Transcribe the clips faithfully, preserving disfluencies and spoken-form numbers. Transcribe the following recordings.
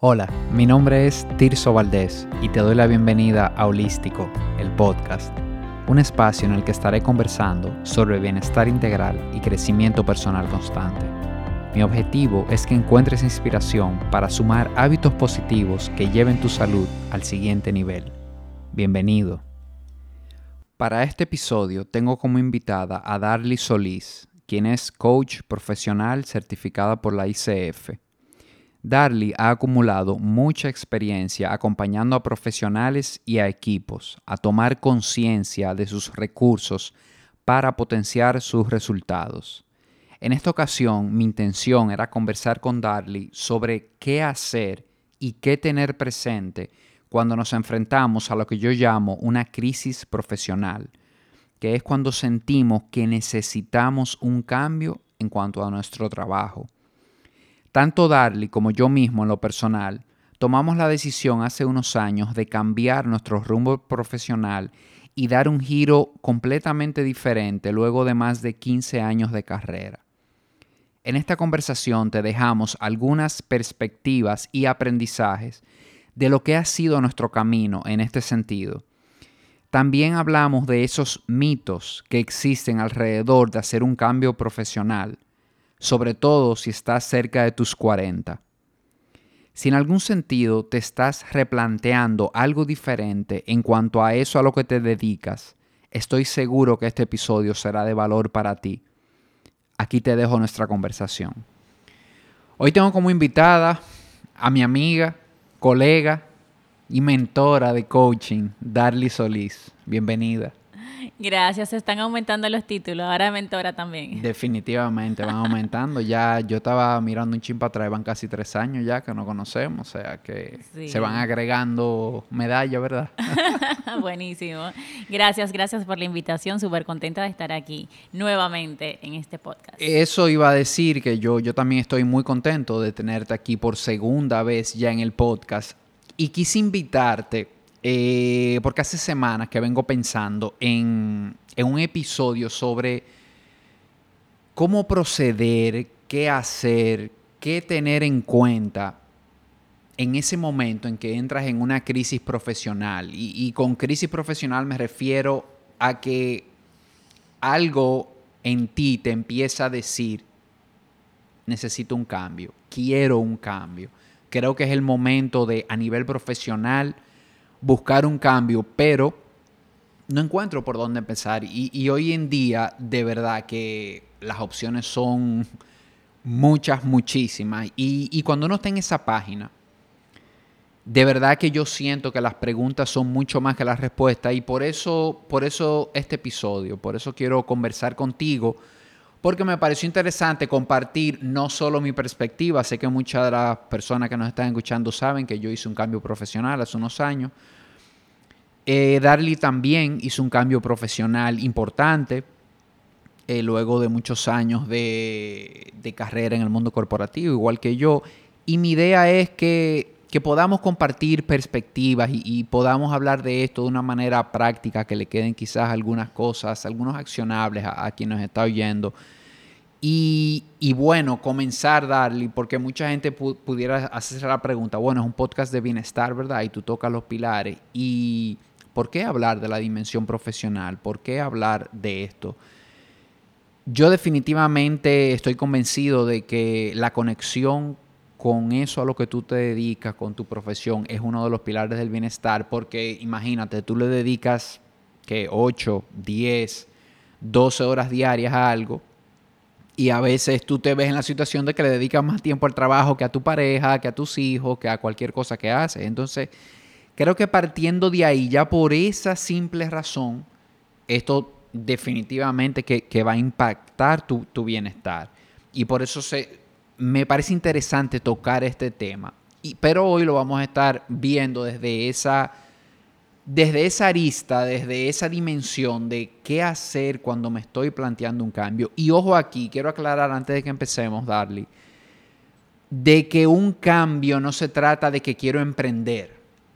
Hola, mi nombre es Tirso Valdés y te doy la bienvenida a Holístico, el podcast, un espacio en el que estaré conversando sobre bienestar integral y crecimiento personal constante. Mi objetivo es que encuentres inspiración para sumar hábitos positivos que lleven tu salud al siguiente nivel. Bienvenido. Para este episodio tengo como invitada a Darly Solís, quien es coach profesional certificada por la I C F. Darly ha acumulado mucha experiencia acompañando a profesionales y a equipos a tomar conciencia de sus recursos para potenciar sus resultados. En esta ocasión, mi intención era conversar con Darly sobre qué hacer y qué tener presente cuando nos enfrentamos a lo que yo llamo una crisis profesional, que es cuando sentimos que necesitamos un cambio en cuanto a nuestro trabajo. Tanto Darly como yo mismo en lo personal tomamos la decisión hace unos años de cambiar nuestro rumbo profesional y dar un giro completamente diferente luego de más de quince años de carrera. En esta conversación te dejamos algunas perspectivas y aprendizajes de lo que ha sido nuestro camino en este sentido. También hablamos de esos mitos que existen alrededor de hacer un cambio profesional, sobre todo si estás cerca de tus cuarenta. Si en algún sentido te estás replanteando algo diferente en cuanto a eso a lo que te dedicas, estoy seguro que este episodio será de valor para ti. Aquí te dejo nuestra conversación. Hoy tengo como invitada a mi amiga, colega y mentora de coaching, Darly Solís. Bienvenida. Gracias, se están aumentando los títulos, ahora mentora también. Definitivamente van aumentando. Ya yo estaba mirando un chin para atrás, van casi tres años ya que no conocemos, o sea que sí. Se van agregando medallas, ¿verdad? Buenísimo. Gracias, gracias por la invitación, súper contenta de estar aquí nuevamente en este podcast. Eso iba a decir que yo, yo también estoy muy contento de tenerte aquí por segunda vez ya en el podcast y quise invitarte Eh, porque hace semanas que vengo pensando en, en un episodio sobre cómo proceder, qué hacer, qué tener en cuenta en ese momento en que entras en una crisis profesional. Y, y con crisis profesional me refiero a que algo en ti te empieza a decir, necesito un cambio, quiero un cambio. Creo que es el momento de, a nivel profesional, buscar un cambio, pero no encuentro por dónde empezar. Y, y hoy en día, de verdad que las opciones son muchas, muchísimas. Y, y cuando uno está en esa página, de verdad que yo siento que las preguntas son mucho más que las respuestas. Y por eso, por eso este episodio, por eso quiero conversar contigo, porque me pareció interesante compartir no solo mi perspectiva. Sé que muchas de las personas que nos están escuchando saben que yo hice un cambio profesional hace unos años. Eh, Darly también hizo un cambio profesional importante eh, luego de muchos años de, de carrera en el mundo corporativo, igual que yo. Y mi idea es que, que podamos compartir perspectivas y, y podamos hablar de esto de una manera práctica, que le queden quizás algunas cosas, algunos accionables a, a quien nos está oyendo. Y, y bueno, comenzar, Darly, porque mucha gente pu- pudiera hacerse la pregunta, bueno, es un podcast de bienestar, ¿verdad? Y tú tocas los pilares. ¿Y por qué hablar de la dimensión profesional? ¿Por qué hablar de esto? Yo definitivamente estoy convencido de que la conexión con eso a lo que tú te dedicas, con tu profesión, es uno de los pilares del bienestar, porque imagínate, tú le dedicas ¿qué? ocho, diez, doce horas diarias a algo. Y a veces tú te ves en la situación de que le dedicas más tiempo al trabajo que a tu pareja, que a tus hijos, que a cualquier cosa que haces. Entonces, creo que partiendo de ahí, ya por esa simple razón, esto definitivamente que, que va a impactar tu, tu bienestar. Y por eso se, me parece interesante tocar este tema. Y, pero hoy lo vamos a estar viendo desde esa... Desde esa arista, desde esa dimensión de qué hacer cuando me estoy planteando un cambio. Y ojo aquí, quiero aclarar antes de que empecemos, Darly, de que un cambio no se trata de que quiero emprender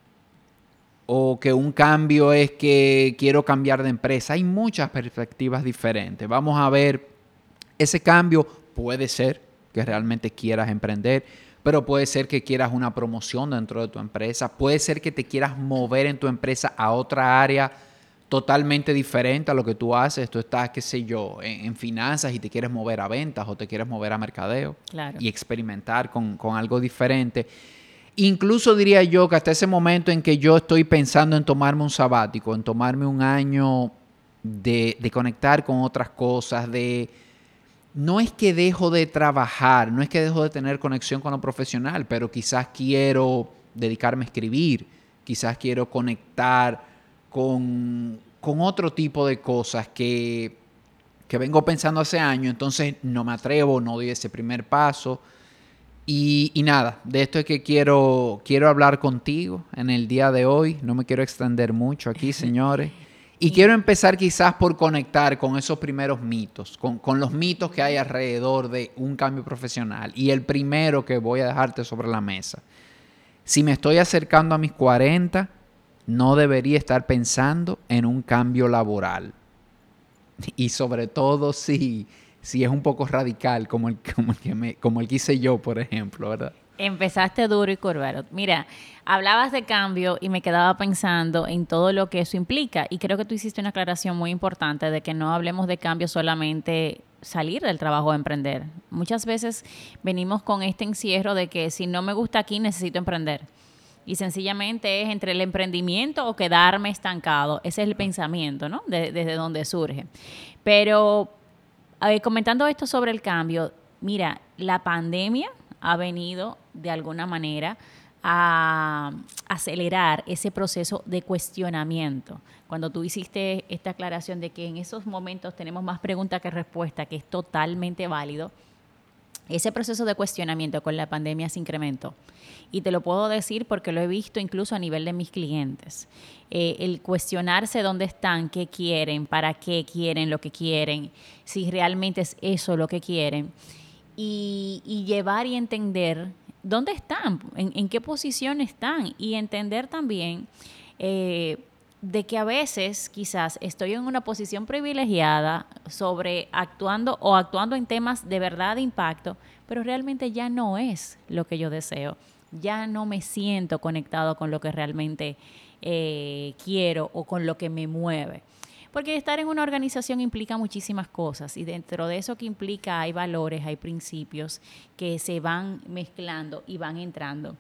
o que un cambio es que quiero cambiar de empresa. Hay muchas perspectivas diferentes. Vamos a ver, ese cambio puede ser que realmente quieras emprender, pero puede ser que quieras una promoción dentro de tu empresa, puede ser que te quieras mover en tu empresa a otra área totalmente diferente a lo que tú haces. Tú estás, qué sé yo, en, en finanzas y te quieres mover a ventas o te quieres mover a mercadeo, Claro. y experimentar con, con algo diferente. Incluso diría yo que hasta ese momento en que yo estoy pensando en tomarme un sabático, en tomarme un año de, de conectar con otras cosas, de... No es que dejo de trabajar, no es que dejo de tener conexión con lo profesional, pero quizás quiero dedicarme a escribir, quizás quiero conectar con, con otro tipo de cosas que, que vengo pensando hace años, entonces no me atrevo, no doy ese primer paso. Y, y nada, de esto es que quiero, quiero hablar contigo en el día de hoy. No me quiero extender mucho aquí, señores. Y quiero empezar quizás por conectar con esos primeros mitos, con, con los mitos que hay alrededor de un cambio profesional. Y el primero que voy a dejarte sobre la mesa. Si me estoy acercando a mis cuarenta, no debería estar pensando en un cambio laboral. Y sobre todo si, si es un poco radical, como el, como, el que me, como el que hice yo, por ejemplo, ¿verdad? Empezaste duro y curvero. Mira, hablabas de cambio y me quedaba pensando en todo lo que eso implica. Y creo que tú hiciste una aclaración muy importante de que no hablemos de cambio solamente salir del trabajo a emprender. Muchas veces venimos con este encierro de que si no me gusta aquí, necesito emprender. Y sencillamente es entre el emprendimiento o quedarme estancado. Ese es el pensamiento, ¿no? De, desde donde surge. Pero eh, comentando esto sobre el cambio, mira, la pandemia ha venido de alguna manera a acelerar ese proceso de cuestionamiento. Cuando tú hiciste esta aclaración de que en esos momentos tenemos más preguntas que respuestas, que es totalmente válido, ese proceso de cuestionamiento con la pandemia se incrementó. Y te lo puedo decir porque lo he visto incluso a nivel de mis clientes. Eh, el cuestionarse dónde están, qué quieren, para qué quieren lo que quieren, si realmente es eso lo que quieren. Y, y llevar y entender dónde están, en, en qué posición están, y entender también eh, de que a veces quizás estoy en una posición privilegiada sobre actuando o actuando en temas de verdad de impacto, pero realmente ya no es lo que yo deseo, ya no me siento conectado con lo que realmente eh, quiero o con lo que me mueve. Porque estar en una organización implica muchísimas cosas, y dentro de eso que implica hay valores, hay principios que se van mezclando y van entrando.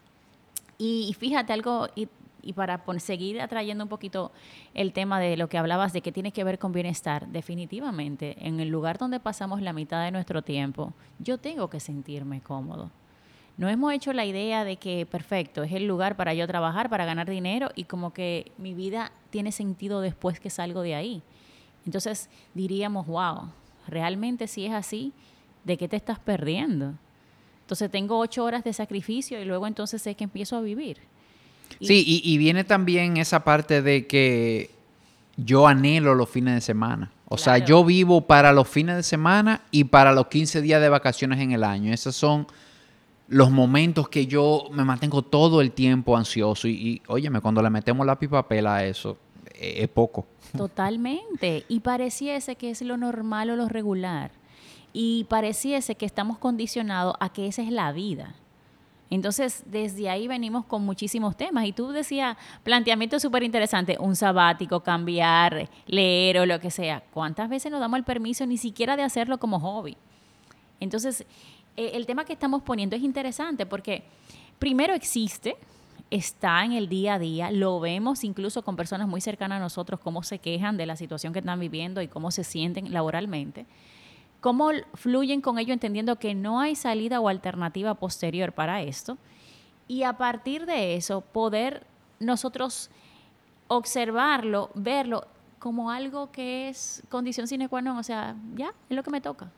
Y, y fíjate algo, y, y para pon, seguir atrayendo un poquito el tema de lo que hablabas de que tiene que ver con bienestar, definitivamente en el lugar donde pasamos la mitad de nuestro tiempo, yo tengo que sentirme cómodo. No hemos hecho la idea de que, perfecto, es el lugar para yo trabajar, para ganar dinero, y como que mi vida tiene sentido después que salgo de ahí. Entonces diríamos, wow, realmente si es así, ¿de qué te estás perdiendo? Entonces tengo ocho horas de sacrificio y luego entonces sé que empiezo a vivir. Y sí, y, y viene también esa parte de que yo anhelo los fines de semana. O claro. sea, yo vivo para los fines de semana y para los quince días de vacaciones en el año. Esos son los momentos que yo me mantengo todo el tiempo ansioso. Y, y óyeme, cuando le metemos lápiz y papel a eso, eh, es poco. Totalmente. Y pareciese que es lo normal o lo regular. Y pareciese que estamos condicionados a que esa es la vida. Entonces, desde ahí venimos con muchísimos temas. Y tú decías, planteamiento súper interesante, un sabático, cambiar, leer o lo que sea. ¿Cuántas veces nos damos el permiso ni siquiera de hacerlo como hobby? Entonces, eh, el tema que estamos poniendo es interesante porque primero existe, está en el día a día, lo vemos incluso con personas muy cercanas a nosotros, cómo se quejan de la situación que están viviendo y cómo se sienten laboralmente. Cómo fluyen con ello entendiendo que no hay salida o alternativa posterior para esto. Y a partir de eso, poder nosotros observarlo, verlo como algo que es condición sine qua non. O sea, ya, es lo que me toca.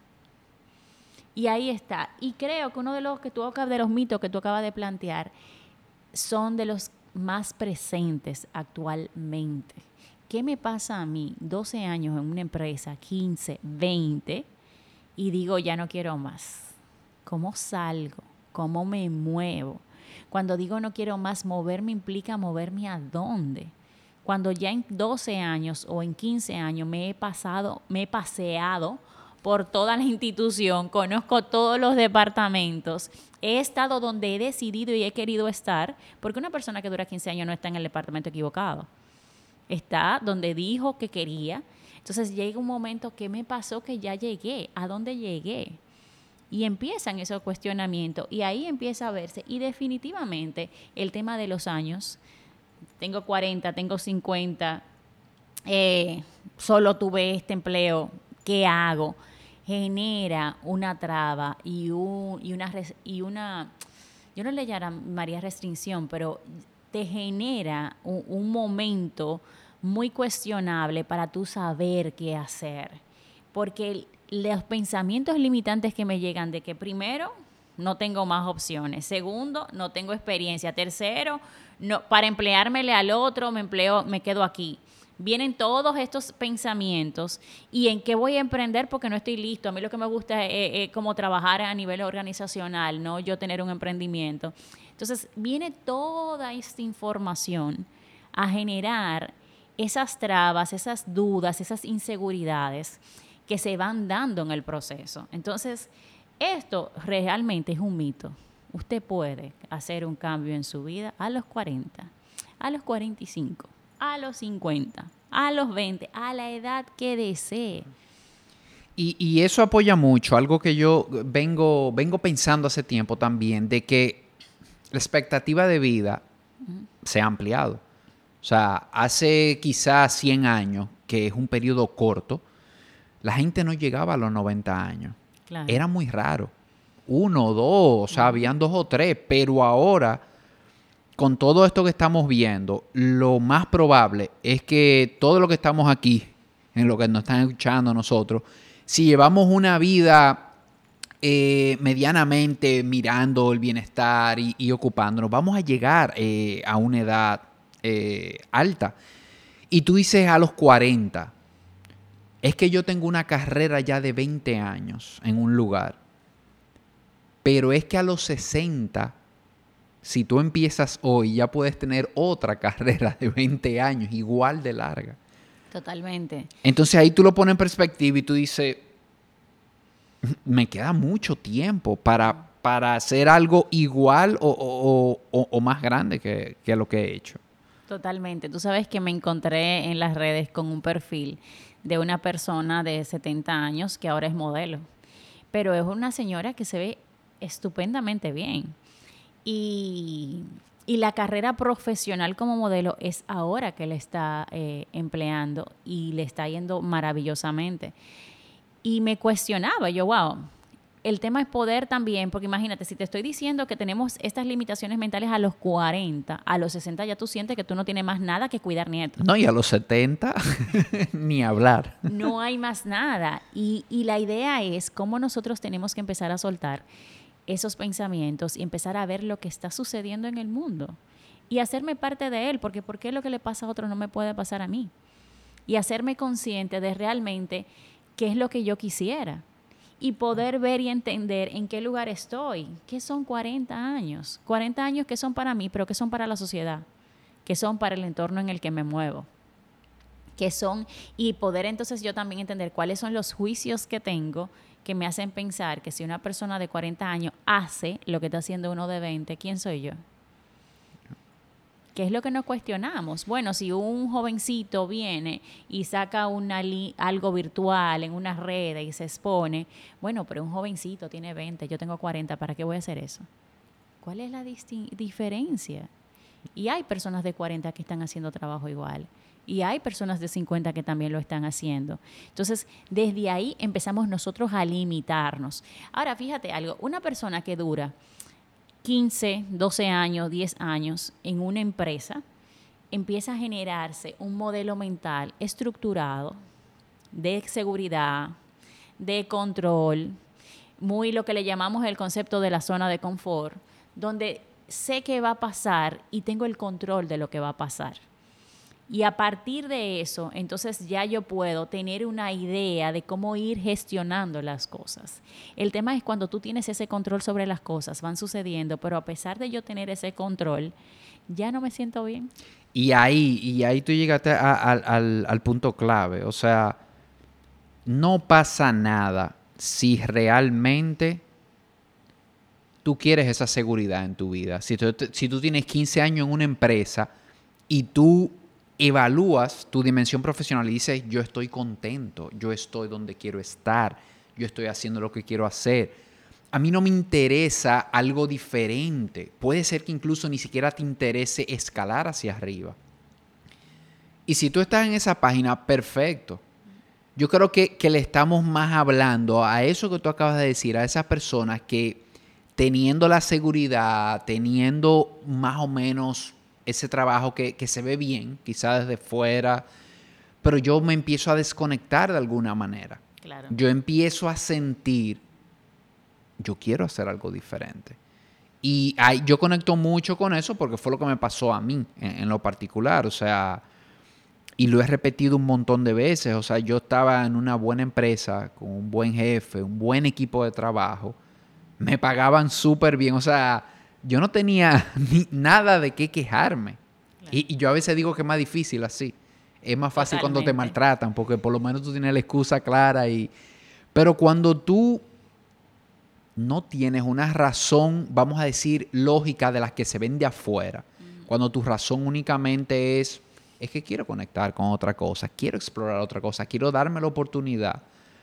Y ahí está. Y creo que uno de los, que tú, de los mitos que tú acabas de plantear son de los más presentes actualmente. ¿Qué me pasa a mí? doce años en una empresa, quince, veinte... y digo, ya no quiero más. ¿Cómo salgo? ¿Cómo me muevo? Cuando digo no quiero más, moverme implica moverme a dónde. Cuando ya en doce años o en quince años me he pasado, me he paseado por toda la institución, conozco todos los departamentos, he estado donde he decidido y he querido estar, porque una persona que dura quince años no está en el departamento equivocado, está donde dijo que quería. Entonces llega un momento, ¿qué me pasó que ya llegué? ¿A dónde llegué? Y empiezan esos cuestionamientos y ahí empieza a verse. Y definitivamente el tema de los años, tengo cuarenta, tengo cincuenta, eh, solo tuve este empleo, ¿qué hago? Genera una traba y, un, y, una, y una, yo no le llamaría restricción, pero te genera un, un momento muy cuestionable para tú saber qué hacer. Porque los pensamientos limitantes que me llegan de que primero, no tengo más opciones. Segundo, no tengo experiencia. Tercero, no, para empleármele al otro, me empleo, me quedo aquí. Vienen todos estos pensamientos y en qué voy a emprender porque no estoy listo. A mí lo que me gusta es, es, es como trabajar a nivel organizacional, no yo tener un emprendimiento. Entonces, viene toda esta información a generar esas trabas, esas dudas, esas inseguridades que se van dando en el proceso. Entonces, esto realmente es un mito. Usted puede hacer un cambio en su vida a los cuarenta, a los cuarenta y cinco, a los cincuenta, a los veinte, a la edad que desee. Y, y eso apoya mucho, algo que yo vengo, vengo pensando hace tiempo también, de que la expectativa de vida uh-huh. se ha ampliado. O sea, hace quizás cien años, que es un periodo corto, la gente no llegaba a los noventa años. Claro. Era muy raro. Uno, dos, o sea, uh-huh. habían dos o tres. Pero ahora, con todo esto que estamos viendo, lo más probable es que todo lo que estamos aquí, en lo que nos están escuchando nosotros, si llevamos una vida eh, medianamente mirando el bienestar y, y ocupándonos, vamos a llegar eh, a una edad eh, alta. Y tú dices a los cuarenta, es que yo tengo una carrera ya de veinte años en un lugar, pero es que a los sesenta, si tú empiezas hoy, ya puedes tener otra carrera de veinte años, igual de larga. Totalmente. Entonces ahí tú lo pones en perspectiva y tú dices, me queda mucho tiempo para, para hacer algo igual o, o, o, o más grande que, que lo que he hecho. Totalmente. Tú sabes que me encontré en las redes con un perfil de una persona de setenta años que ahora es modelo, pero es una señora que se ve estupendamente bien. Y, y la carrera profesional como modelo es ahora que le está eh, empleando y le está yendo maravillosamente. Y me cuestionaba, yo, wow, el tema es poder también, porque imagínate, si te estoy diciendo que tenemos estas limitaciones mentales a los cuarenta, a los sesenta ya tú sientes que tú no tienes más nada que cuidar nietos. No, y a los setenta, ni hablar. No hay más nada. Y, y la idea es cómo nosotros tenemos que empezar a soltar esos pensamientos y empezar a ver lo que está sucediendo en el mundo y hacerme parte de él, porque ¿por qué lo que le pasa a otro no me puede pasar a mí? Y hacerme consciente de realmente qué es lo que yo quisiera y poder ver y entender en qué lugar estoy. ¿Qué son cuarenta años? cuarenta años que son para mí, pero que son para la sociedad, que son para el entorno en el que me muevo, que son, y poder entonces yo también entender cuáles son los juicios que tengo que me hacen pensar que si una persona de cuarenta años hace lo que está haciendo uno de veinte, ¿quién soy yo? ¿Qué es lo que nos cuestionamos? Bueno, si un jovencito viene y saca una li- algo virtual en una red y se expone, bueno, pero un jovencito tiene veinte, yo tengo cuarenta, ¿para qué voy a hacer eso? ¿Cuál es la disti- diferencia? Y hay personas de cuarenta que están haciendo trabajo igual. Y hay personas de cincuenta que también lo están haciendo. Entonces, desde ahí empezamos nosotros a limitarnos. Ahora, fíjate algo, una persona que dura quince, doce años, diez años en una empresa, empieza a generarse un modelo mental estructurado de seguridad, de control, muy lo que le llamamos el concepto de la zona de confort, donde sé qué va a pasar y tengo el control de lo que va a pasar. Y a partir de eso, entonces ya yo puedo tener una idea de cómo ir gestionando las cosas. El tema es cuando tú tienes ese control sobre las cosas, van sucediendo, pero a pesar de yo tener ese control, ya no me siento bien. Y ahí, y ahí tú llegaste a, a, al, al punto clave. O sea, no pasa nada si realmente tú quieres esa seguridad en tu vida. Si tú, si tú tienes quince años en una empresa y tú evalúas tu dimensión profesional y dices, yo estoy contento, yo estoy donde quiero estar, yo estoy haciendo lo que quiero hacer. A mí no me interesa algo diferente. Puede ser que incluso ni siquiera te interese escalar hacia arriba. Y si tú estás en esa página, perfecto. Yo creo que, que le estamos más hablando a eso que tú acabas de decir, a esas personas que teniendo la seguridad, teniendo más o menos ese trabajo que, que se ve bien, quizás desde fuera, pero yo me empiezo a desconectar de alguna manera. Claro. Yo empiezo a sentir, yo quiero hacer algo diferente. Y hay, yo conecto mucho con eso porque fue lo que me pasó a mí en, en lo particular. O sea, y lo he repetido un montón de veces. O sea, yo estaba en una buena empresa, con un buen jefe, un buen equipo de trabajo. Me pagaban súper bien. O sea, yo no tenía ni nada de qué quejarme. Claro. Y, y yo a veces digo que es más difícil así. Es más fácil Totalmente. Cuando te maltratan, porque por lo menos tú tienes la excusa clara. Y... Pero cuando tú no tienes una razón, vamos a decir, lógica de las que se ven de afuera, mm. cuando tu razón únicamente es, es que quiero conectar con otra cosa, quiero explorar otra cosa, quiero darme la oportunidad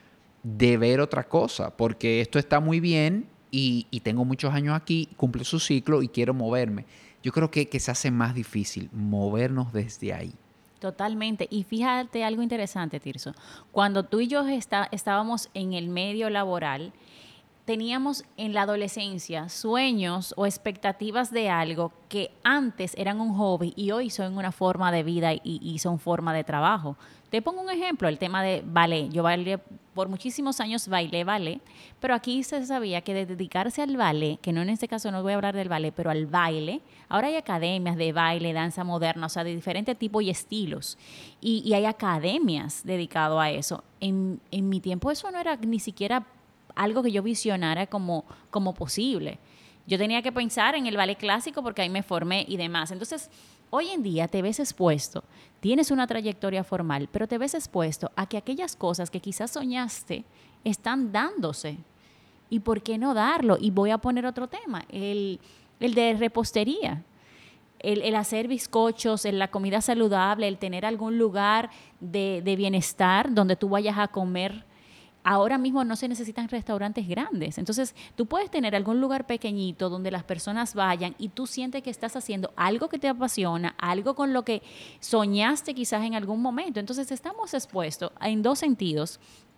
de ver otra cosa, porque esto está muy bien y, y tengo muchos años aquí, cumple su ciclo y quiero moverme. Yo creo que, que se hace más difícil movernos desde ahí. Totalmente. Y fíjate algo interesante, Tirso. Cuando tú y yo está, estábamos en el medio laboral, teníamos en la adolescencia sueños o expectativas de algo que antes eran un hobby y hoy son una forma de vida y, y son forma de trabajo. Te pongo un ejemplo, el tema de ballet. Yo bailé por muchísimos años, bailé ballet, pero aquí se sabía que de dedicarse al ballet, que no en este caso no voy a hablar del ballet, pero al baile, ahora hay academias de baile, danza moderna, o sea, de diferentes tipos y estilos. Y, y hay academias dedicadas a eso. En, en mi tiempo eso no era ni siquiera algo que yo visionara como, como posible. Yo tenía que pensar en el ballet clásico porque ahí me formé y demás. Entonces, hoy en día te ves expuesto, tienes una trayectoria formal, pero te ves expuesto a que aquellas cosas que quizás soñaste están dándose. ¿Y por qué no darlo? Y voy a poner otro tema, el, el de repostería. El, el hacer bizcochos, el, la comida saludable, el tener algún lugar de, de bienestar donde tú vayas a comer. Ahora mismo no se necesitan restaurantes grandes. Entonces, tú puedes tener algún lugar pequeñito donde las personas vayan y tú sientes que estás haciendo algo que te apasiona, algo con lo que soñaste quizás en algún momento. Entonces, estamos expuestos en dos sentidos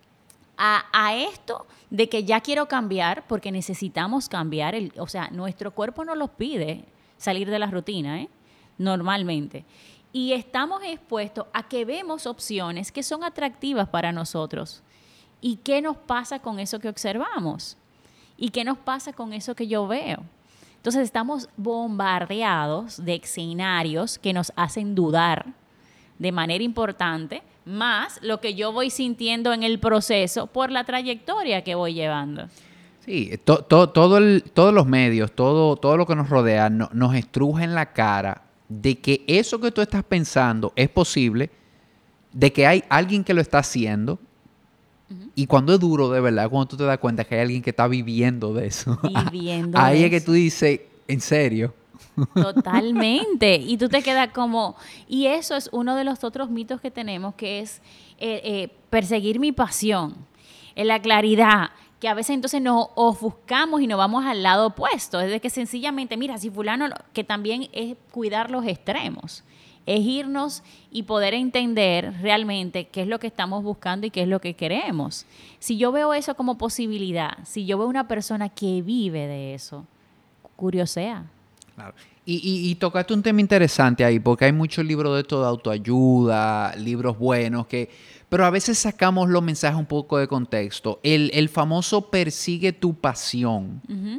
a, a esto de que ya quiero cambiar porque necesitamos cambiar. El, o sea, nuestro cuerpo nos lo pide salir de la rutina, ¿eh? Normalmente. Y estamos expuestos a que vemos opciones que son atractivas para nosotros. ¿Y qué nos pasa con eso que observamos? ¿Y qué nos pasa con eso que yo veo? Entonces estamos bombardeados de escenarios que nos hacen dudar de manera importante, más lo que yo voy sintiendo en el proceso por la trayectoria que voy llevando. Sí, to, to, todo el, todos los medios, todo, todo lo que nos rodea no, nos estruja en la cara de que eso que tú estás pensando es posible, de que hay alguien que lo está haciendo. Y cuando es duro, de verdad, cuando tú te das cuenta que hay alguien que está viviendo de eso. Viviendo Ahí de es que eso. tú dices, ¿en serio? Totalmente. Y tú te quedas como... Y eso es uno de los otros mitos que tenemos, que es eh, eh, perseguir mi pasión, en la claridad, que a veces entonces nos ofuscamos y nos vamos al lado opuesto. Es de que sencillamente, mira, si fulano... Que también es cuidar los extremos. Es irnos y poder entender realmente qué es lo que estamos buscando y qué es lo que queremos. Si yo veo eso como posibilidad, si yo veo una persona que vive de eso, curiosea. Claro. Y, y, y tocaste un tema interesante ahí, porque hay muchos libros de esto de autoayuda, libros buenos, que, pero a veces sacamos los mensajes un poco de contexto. El, el famoso persigue tu pasión. Uh-huh.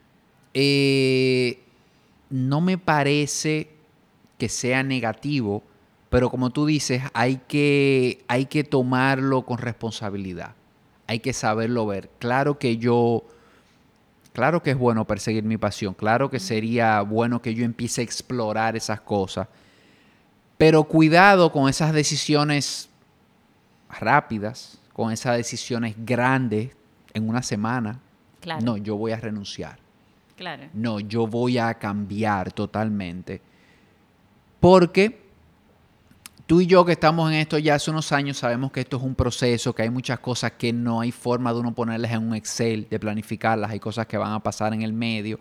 Eh, no me parece que sea negativo, pero como tú dices, hay que, hay que tomarlo con responsabilidad. Hay que saberlo ver. Claro que yo, claro que es bueno perseguir mi pasión. Claro que sería bueno que yo empiece a explorar esas cosas. Pero cuidado con esas decisiones rápidas, con esas decisiones grandes en una semana. Claro. No, yo voy a renunciar. Claro. No, yo voy a cambiar totalmente. Porque tú y yo que estamos en esto ya hace unos años sabemos que esto es un proceso, que hay muchas cosas que no hay forma de uno ponerlas en un Excel, de planificarlas, hay cosas que van a pasar en el medio.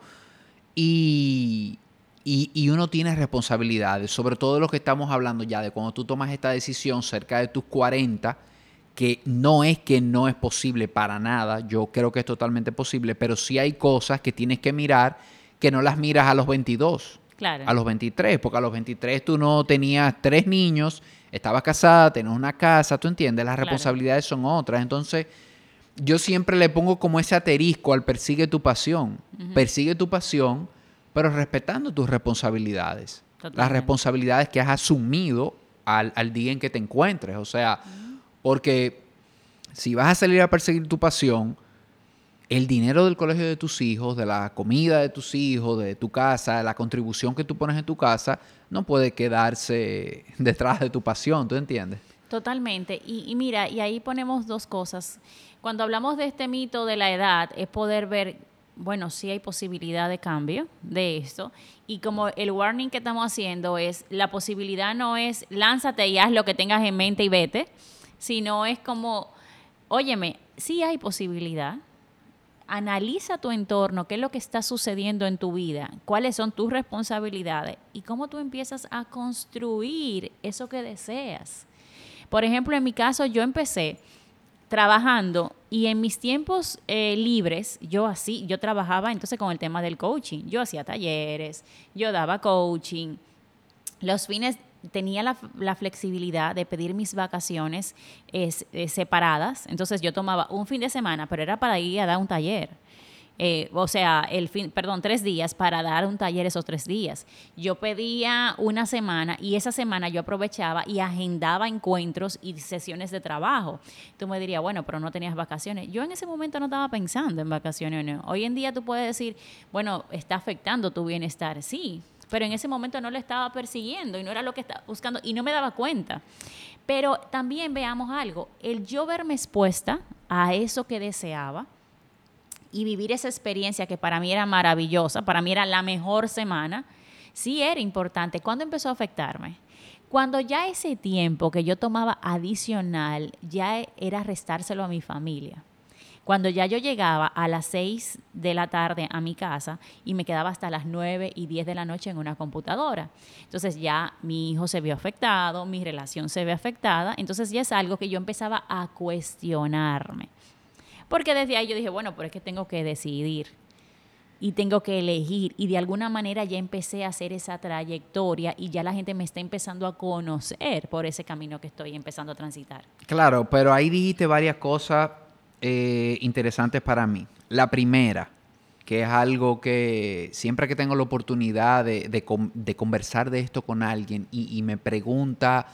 Y, y, y uno tiene responsabilidades, sobre todo lo que estamos hablando ya de cuando tú tomas esta decisión cerca de tus cuarenta, que no es que no es posible para nada, yo creo que es totalmente posible, pero sí hay cosas que tienes que mirar que no las miras a los veintidós, claro. a los veintitrés, porque a los veintitrés tú no tenías tres niños, estabas casada, tenías una casa, tú entiendes, las Claro. responsabilidades son otras. Entonces, yo siempre le pongo como ese asterisco al persigue tu pasión. Uh-huh. Persigue tu pasión, pero respetando tus responsabilidades. Totalmente. Las responsabilidades que has asumido al, al día en que te encuentres. O sea, uh-huh. Porque si vas a salir a perseguir tu pasión, el dinero del colegio de tus hijos, de la comida de tus hijos, de tu casa, la contribución que tú pones en tu casa, no puede quedarse detrás de tu pasión, ¿tú entiendes? Totalmente. Y, y mira, y ahí ponemos dos cosas. Cuando hablamos de este mito de la edad, es poder ver, bueno, sí hay posibilidad de cambio de esto. Y como el warning que estamos haciendo es, la posibilidad no es lánzate y haz lo que tengas en mente y vete, sino es como, óyeme, sí hay posibilidad. Analiza tu entorno, qué es lo que está sucediendo en tu vida, cuáles son tus responsabilidades y cómo tú empiezas a construir eso que deseas. Por ejemplo, en mi caso, yo empecé trabajando y en mis tiempos eh, libres, yo así, yo trabajaba entonces con el tema del coaching. Yo hacía talleres, yo daba coaching. Los fines tenía la, la flexibilidad de pedir mis vacaciones eh, eh, separadas. Entonces yo tomaba un fin de semana, pero era para ir a dar un taller. Eh, o sea, el fin, perdón, tres días para dar un taller esos tres días. Yo pedía una semana y esa semana yo aprovechaba y agendaba encuentros y sesiones de trabajo. Tú me dirías, bueno, pero no tenías vacaciones. Yo en ese momento no estaba pensando en vacaciones. No. Hoy en día tú puedes decir, bueno, está afectando tu bienestar. Sí, pero en ese momento no lo estaba persiguiendo y no era lo que estaba buscando y no me daba cuenta. Pero también veamos algo, el yo verme expuesta a eso que deseaba y vivir esa experiencia que para mí era maravillosa, para mí era la mejor semana, sí era importante. ¿Cuándo empezó a afectarme? Cuando ya ese tiempo que yo tomaba adicional ya era restárselo a mi familia. Cuando ya yo llegaba a las seis de la tarde a mi casa y me quedaba hasta las nueve y diez de la noche en una computadora. Entonces ya mi hijo se vio afectado, mi relación se ve afectada. Entonces ya es algo que yo empezaba a cuestionarme. Porque desde ahí yo dije, bueno, pero es que tengo que decidir y tengo que elegir. Y de alguna manera ya empecé a hacer esa trayectoria y ya la gente me está empezando a conocer por ese camino que estoy empezando a transitar. Claro, pero ahí dijiste varias cosas eh, interesantes para mí. La primera, que es algo que siempre que tengo la oportunidad de, de, de conversar de esto con alguien y, y me pregunta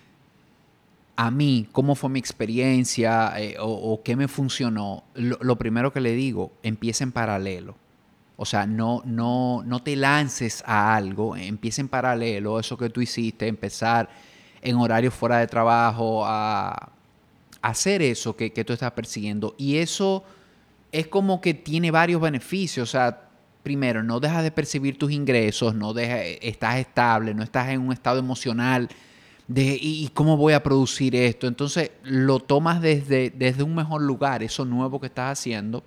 a mí cómo fue mi experiencia eh, o, o qué me funcionó, lo, lo primero que le digo, empieza en paralelo. O sea, no, no, no te lances a algo, empieza en paralelo, eso que tú hiciste, empezar en horarios fuera de trabajo a, a hacer eso que, que tú estás persiguiendo. Y eso es como que tiene varios beneficios. O sea, primero, no dejas de percibir tus ingresos, no dejas, estás estable, no estás en un estado emocional de ¿y cómo voy a producir esto? Entonces lo tomas desde, desde un mejor lugar, eso nuevo que estás haciendo.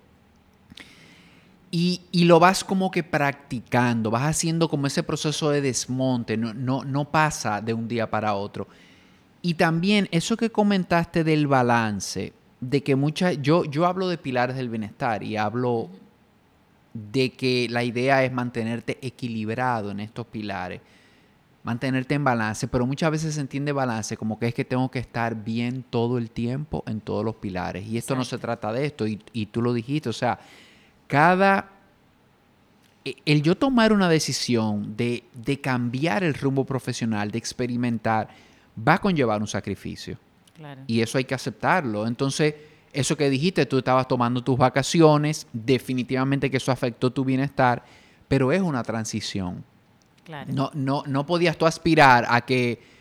Y, y lo vas como que practicando, vas haciendo como ese proceso de desmonte, no, no, no pasa de un día para otro. Y también eso que comentaste del balance, de que muchas, yo, yo hablo de pilares del bienestar y hablo de que la idea es mantenerte equilibrado en estos pilares, mantenerte en balance, pero muchas veces se entiende balance como que es que tengo que estar bien todo el tiempo en todos los pilares. Y esto Exacto. No se trata de esto, y, y tú lo dijiste, o sea, cada... El yo tomar una decisión de, de cambiar el rumbo profesional, de experimentar, va a conllevar un sacrificio. Claro. Y eso hay que aceptarlo. Entonces, eso que dijiste, tú estabas tomando tus vacaciones, definitivamente que eso afectó tu bienestar, pero es una transición. Claro. No, no, no podías tú aspirar a que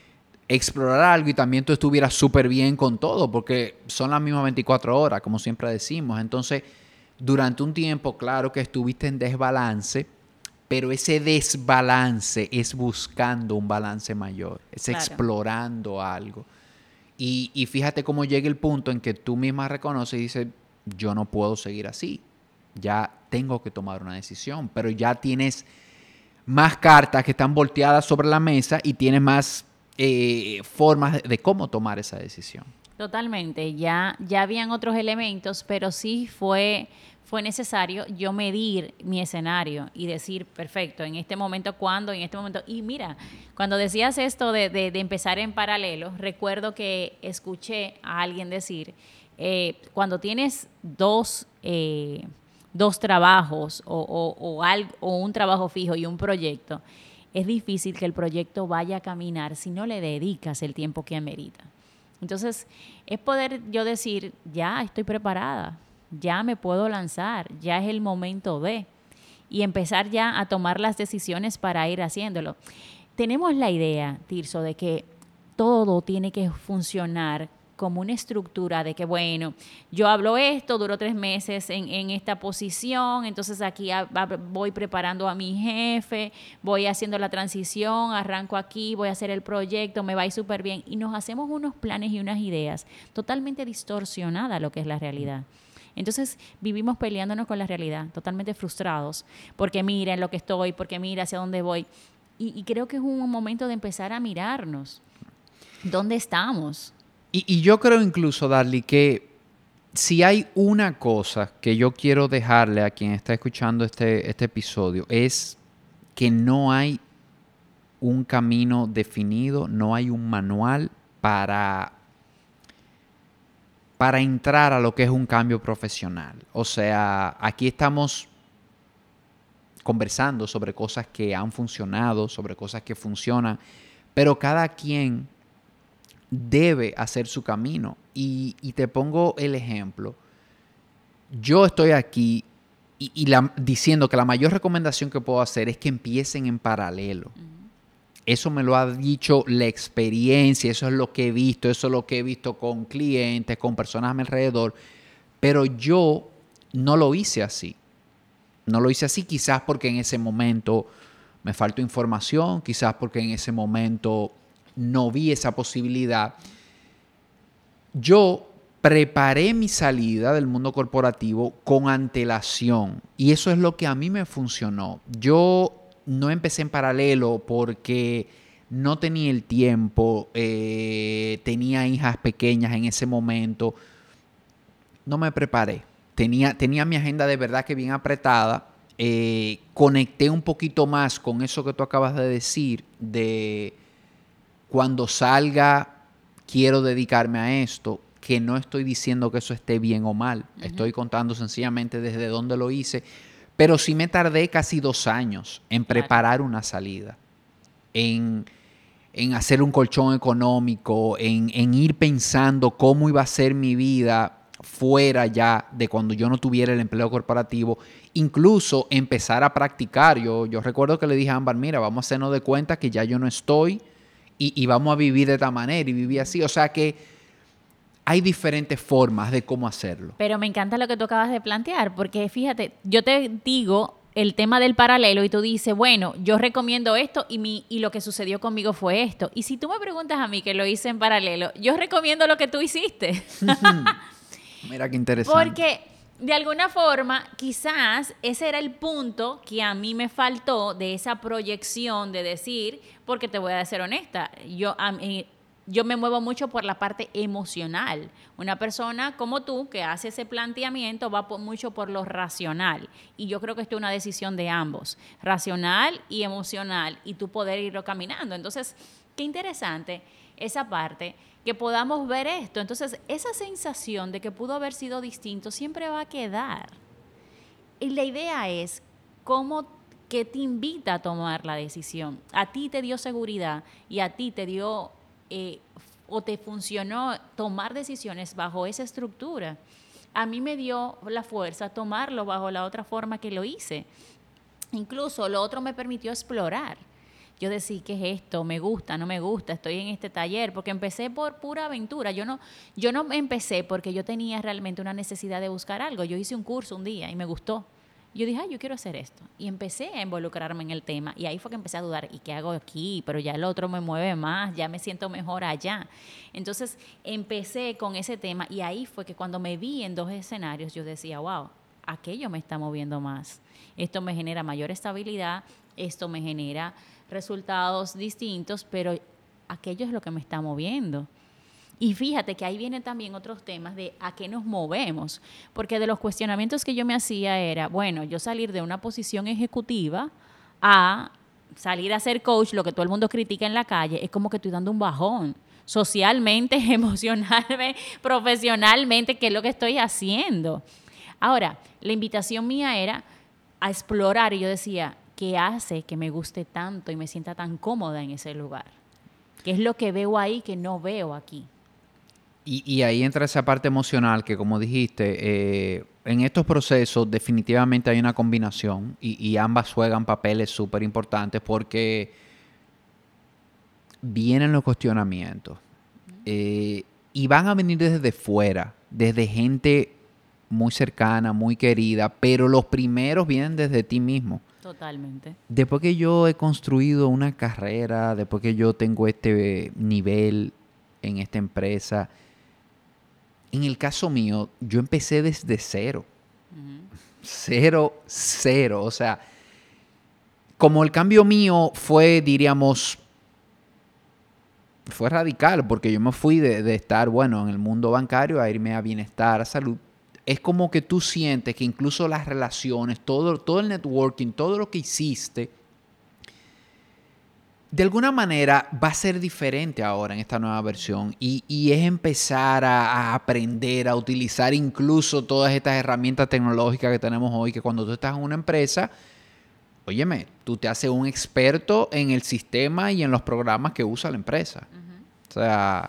explorar algo y también tú estuvieras súper bien con todo, porque son las mismas veinticuatro horas, como siempre decimos. Entonces, durante un tiempo, claro que estuviste en desbalance, pero ese desbalance es buscando un balance mayor, es Claro. explorando algo. Y, y fíjate cómo llega el punto en que tú misma reconoces y dices, yo no puedo seguir así, ya tengo que tomar una decisión, pero ya tienes más cartas que están volteadas sobre la mesa y tienes más eh, formas de, de cómo tomar esa decisión. Totalmente, ya, ya habían otros elementos, pero sí fue, fue necesario yo medir mi escenario y decir, perfecto, en este momento, ¿cuándo? En este momento. Y mira, cuando decías esto de, de, de empezar en paralelo, recuerdo que escuché a alguien decir, eh, cuando tienes dos, eh, dos trabajos o, o, o, algo, o un trabajo fijo y un proyecto, es difícil que el proyecto vaya a caminar si no le dedicas el tiempo que amerita. Entonces, es poder yo decir, ya estoy preparada, ya me puedo lanzar, ya es el momento de, y empezar ya a tomar las decisiones para ir haciéndolo. Tenemos la idea, Tirso, de que todo tiene que funcionar como una estructura de que, bueno, yo hablo esto, duró tres meses en, en esta posición, entonces aquí a, a, voy preparando a mi jefe, voy haciendo la transición, arranco aquí, voy a hacer el proyecto, me va a ir súper bien. Y nos hacemos unos planes y unas ideas totalmente distorsionadas a lo que es la realidad. Entonces vivimos peleándonos con la realidad, totalmente frustrados, porque mira en lo que estoy, porque mira hacia dónde voy. Y, y creo que es un momento de empezar a mirarnos. ¿Dónde estamos? Y, y yo creo incluso, Darly, que si hay una cosa que yo quiero dejarle a quien está escuchando este, este episodio, es que no hay un camino definido, no hay un manual para, para entrar a lo que es un cambio profesional. O sea, aquí estamos conversando sobre cosas que han funcionado, sobre cosas que funcionan, pero cada quien debe hacer su camino. Y, y te pongo el ejemplo. Yo estoy aquí y, y la, diciendo que la mayor recomendación que puedo hacer es que empiecen en paralelo. Uh-huh. Eso me lo ha dicho la experiencia, eso es lo que he visto, eso es lo que he visto con clientes, con personas a mi alrededor, pero yo no lo hice así. No lo hice así quizás porque en ese momento me faltó información, quizás porque en ese momento no vi esa posibilidad. Yo preparé mi salida del mundo corporativo con antelación y eso es lo que a mí me funcionó. Yo no empecé en paralelo porque no tenía el tiempo, eh, tenía hijas pequeñas en ese momento. No me preparé. Tenía, tenía mi agenda de verdad que bien apretada. Eh, conecté un poquito más con eso que tú acabas de decir, de cuando salga quiero dedicarme a esto, que no estoy diciendo que eso esté bien o mal. Uh-huh. Estoy contando sencillamente desde dónde lo hice. Pero sí me tardé casi dos años en preparar una salida, en, en hacer un colchón económico, en, en ir pensando cómo iba a ser mi vida fuera ya de cuando yo no tuviera el empleo corporativo, incluso empezar a practicar. Yo, yo recuerdo que le dije a Ámbar, mira, vamos a hacernos de cuenta que ya yo no estoy y, y vamos a vivir de esta manera y vivir así. O sea que hay diferentes formas de cómo hacerlo. Pero me encanta lo que tú acabas de plantear, porque fíjate, yo te digo el tema del paralelo y tú dices, bueno, yo recomiendo esto y, mi, y lo que sucedió conmigo fue esto. Y si tú me preguntas a mí que lo hice en paralelo, yo recomiendo lo que tú hiciste. Mira qué interesante. Porque de alguna forma, quizás ese era el punto que a mí me faltó de esa proyección de decir, porque te voy a ser honesta, yo a mí, yo me muevo mucho por la parte emocional. Una persona como tú que hace ese planteamiento va por, mucho por lo racional. Y yo creo que esto es una decisión de ambos, racional y emocional, y tú poder irlo caminando. Entonces, qué interesante esa parte, que podamos ver esto. Entonces, esa sensación de que pudo haber sido distinto siempre va a quedar. Y la idea es cómo que te invita a tomar la decisión. A ti te dio seguridad y a ti te dio... Eh, o te funcionó tomar decisiones bajo esa estructura. A mí me dio la fuerza tomarlo bajo la otra forma que lo hice. Incluso lo otro me permitió explorar. yo decía, ¿qué es esto? ¿Me gusta? ¿No me gusta? Estoy en este taller, porque empecé por pura aventura. Yo no, yo no empecé porque yo tenía realmente una necesidad de buscar algo. Yo hice un curso un día y me gustó. Yo dije, ay, yo quiero hacer esto. Y empecé a involucrarme en el tema. Y ahí fue que empecé a dudar, ¿y qué hago aquí? Pero ya el otro me mueve más, ya me siento mejor allá. Entonces, empecé con ese tema y ahí fue que cuando me vi en dos escenarios, yo decía, wow, aquello me está moviendo más. Esto me genera mayor estabilidad, esto me genera resultados distintos, pero aquello es lo que me está moviendo. Y fíjate que ahí vienen también otros temas de a qué nos movemos, porque de los cuestionamientos que yo me hacía era, bueno, yo salir de una posición ejecutiva a salir a ser coach, lo que todo el mundo critica en la calle, es como que estoy dando un bajón socialmente, emocionalmente, profesionalmente, ¿qué es lo que estoy haciendo? Ahora, la invitación mía era a explorar y yo decía, ¿qué hace que me guste tanto y me sienta tan cómoda en ese lugar? ¿Qué es lo que veo ahí que no veo aquí? Y, y ahí entra esa parte emocional que, como dijiste, eh, en estos procesos definitivamente hay una combinación y, y ambas juegan papeles súper importantes porque vienen los cuestionamientos eh, y van a venir desde fuera, desde gente muy cercana, muy querida, pero los primeros vienen desde ti mismo. Totalmente. Después que yo he construido una carrera, después que yo tengo este nivel en esta empresa, en el caso mío, yo empecé desde cero. Uh-huh. Cero, cero. O sea, como el cambio mío fue, diríamos, fue radical, porque yo me fui de, de estar, bueno, en el mundo bancario a irme a bienestar, a salud. Es como que tú sientes que incluso las relaciones, todo, todo el networking, todo lo que hiciste, de alguna manera va a ser diferente ahora en esta nueva versión y, y es empezar a, a aprender a utilizar incluso todas estas herramientas tecnológicas que tenemos hoy, que cuando tú estás en una empresa, óyeme, tú te haces un experto en el sistema y en los programas que usa la empresa. Uh-huh. O sea,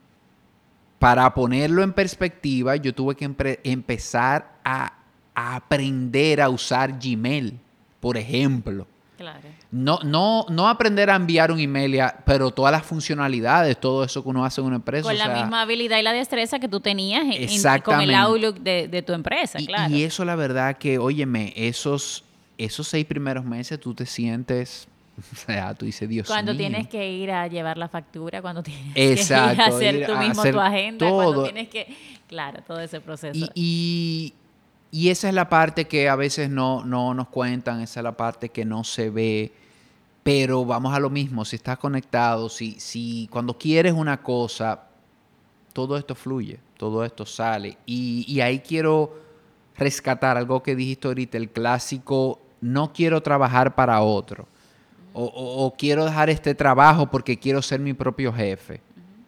para ponerlo en perspectiva, yo tuve que empre- empezar a, a aprender a usar Gmail, por ejemplo. Claro. No, no, no aprender a enviar un email, pero todas las funcionalidades, todo eso que uno hace en una empresa. Con o la sea, misma habilidad y la destreza que tú tenías en, en, con el Outlook de, de tu empresa, y, claro. Y eso la verdad que, óyeme, esos, esos seis primeros meses tú te sientes, o sea, tú dices, Dios cuando mío. Cuando tienes que ir a llevar la factura, cuando tienes Exacto, que ir a hacer ir tú a mismo hacer tu agenda, todo. cuando tienes que... Claro, todo ese proceso. Y... y Y esa es la parte que a veces no, no nos cuentan, esa es la parte que no se ve. Pero vamos a lo mismo, si estás conectado, si, si cuando quieres una cosa, todo esto fluye, todo esto sale. Y, y ahí quiero rescatar algo que dijiste ahorita, el clásico, no quiero trabajar para otro. Uh-huh. O, o, o quiero dejar este trabajo porque quiero ser mi propio jefe. Uh-huh.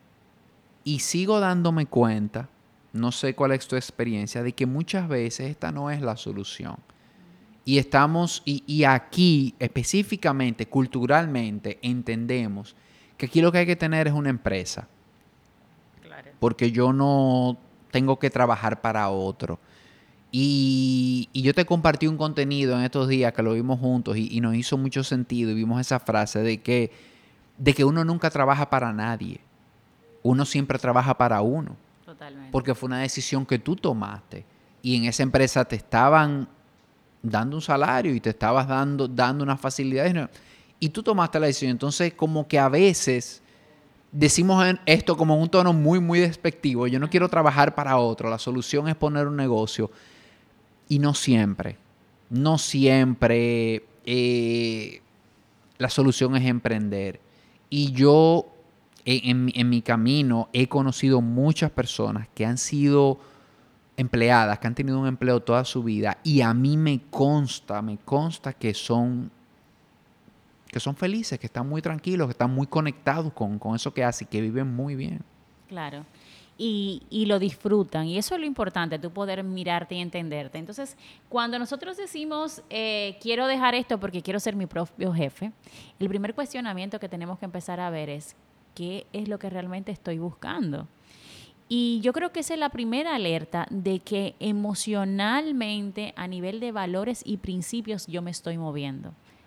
Y sigo dándome cuenta, no sé cuál es tu experiencia, de que muchas veces esta no es la solución. Y estamos, y, y aquí específicamente, culturalmente, entendemos que aquí lo que hay que tener es una empresa. Claro. Porque yo no tengo que trabajar para otro. Y, y yo te compartí un contenido en estos días que lo vimos juntos y, y nos hizo mucho sentido y vimos esa frase de que, de que uno nunca trabaja para nadie. Uno siempre trabaja para uno. Totalmente. Porque fue una decisión que tú tomaste. Y en esa empresa te estaban dando un salario y te estabas dando, dando unas facilidades y tú tomaste la decisión. Entonces, como que a veces decimos esto como en un tono muy, muy despectivo. Yo no quiero trabajar para otro. La solución es poner un negocio. Y no siempre. No siempre eh, la solución es emprender. Y yo, en, en, en mi camino, he conocido muchas personas que han sido empleadas, que han tenido un empleo toda su vida y a mí me consta, me consta que son, que son felices, que están muy tranquilos, que están muy conectados con, con eso que hacen y que viven muy bien. Claro. Y, y lo disfrutan. Y eso es lo importante, tú poder mirarte y entenderte. Entonces, cuando nosotros decimos, eh, quiero dejar esto porque quiero ser mi propio jefe, el primer cuestionamiento que tenemos que empezar a ver es, ¿qué es lo que realmente estoy buscando? Y yo creo que esa es la primera alerta de que emocionalmente, a nivel de valores y principios, yo me estoy moviendo.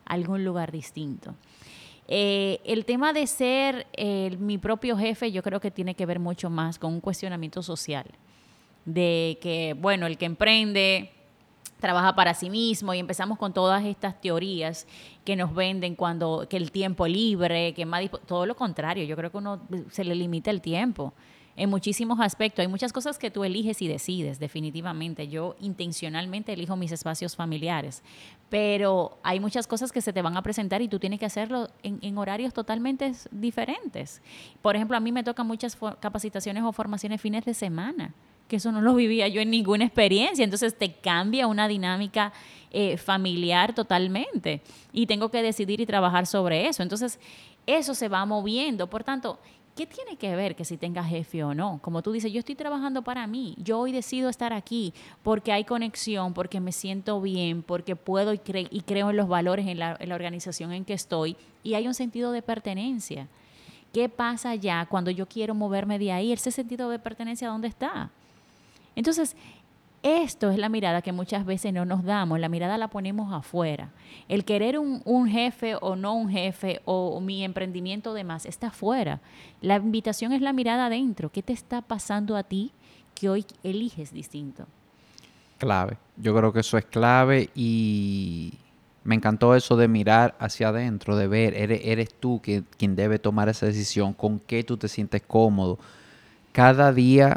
a algún lugar distinto. Eh, el tema de ser eh, mi propio jefe, yo creo que tiene que ver mucho más con un cuestionamiento social. De que, bueno, el que emprende trabaja para sí mismo y empezamos con todas estas teorías que nos venden cuando que el tiempo libre, que más todo lo contrario, yo creo que uno se le limita el tiempo en muchísimos aspectos. Hay muchas cosas que tú eliges y decides, definitivamente. Yo intencionalmente elijo mis espacios familiares, pero hay muchas cosas que se te van a presentar y tú tienes que hacerlo en, en horarios totalmente diferentes. Por ejemplo, a mí me tocan muchas capacitaciones o formaciones fines de semana, que eso no lo vivía yo en ninguna experiencia. Entonces te cambia una dinámica eh, familiar totalmente y tengo que decidir y trabajar sobre eso. Entonces eso se va moviendo. Por tanto, ¿qué tiene que ver que si tenga jefe o no? Como tú dices, yo estoy trabajando para mí. Yo hoy decido estar aquí porque hay conexión, porque me siento bien, porque puedo y, cre- y creo en los valores en la, en la organización en que estoy y hay un sentido de pertenencia. ¿Qué pasa ya cuando yo quiero moverme de ahí? Ese sentido de pertenencia, ¿dónde está? Entonces, esto es la mirada que muchas veces no nos damos, la mirada la ponemos afuera. El querer un, un jefe o no un jefe o, o mi emprendimiento de más está afuera. La invitación es la mirada adentro. ¿Qué te está pasando a ti que hoy eliges distinto? Clave. Yo creo que eso es clave y me encantó eso de mirar hacia adentro, de ver, eres, eres tú quien, quien debe tomar esa decisión, con qué tú te sientes cómodo. Cada día...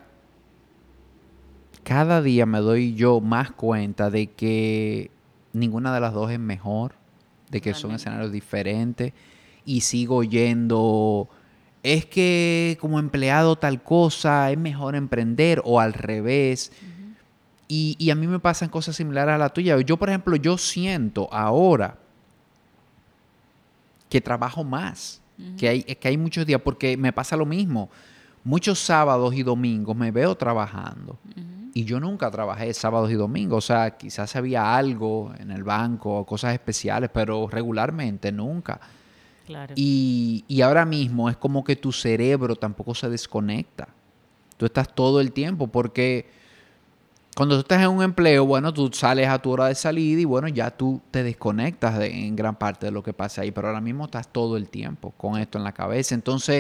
Cada día me doy yo más cuenta de que ninguna de las dos es mejor, de que son Totalmente. escenarios diferentes y sigo yendo, es que como empleado tal cosa es mejor emprender o al revés. Uh-huh. Y, y a mí me pasan cosas similares a la tuya. Yo, por ejemplo, yo siento ahora que trabajo más, Uh-huh. que hay, que hay muchos días, porque me pasa lo mismo. Muchos sábados y domingos me veo trabajando. Uh-huh. Y yo nunca trabajé sábados y domingos. O sea, quizás había algo en el banco, cosas especiales, pero regularmente nunca. Claro. Y, y ahora mismo es como que tu cerebro tampoco se desconecta. Tú estás todo el tiempo porque cuando tú estás en un empleo, bueno, tú sales a tu hora de salida y bueno, ya tú te desconectas de, en gran parte de lo que pasa ahí. Pero ahora mismo estás todo el tiempo con esto en la cabeza. Entonces...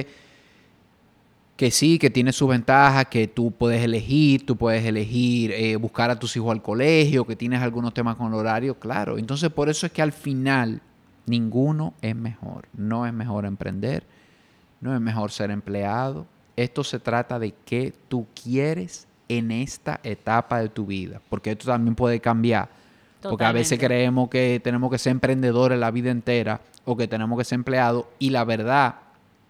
que sí, que tiene sus ventajas, que tú puedes elegir, tú puedes elegir eh, buscar a tus hijos al colegio, que tienes algunos temas con el horario, claro. Entonces, por eso es que al final ninguno es mejor. No es mejor emprender, no es mejor ser empleado. Esto se trata de qué tú quieres en esta etapa de tu vida, porque esto también puede cambiar. Totalmente. Porque a veces creemos que tenemos que ser emprendedores la vida entera o que tenemos que ser empleados y la verdad...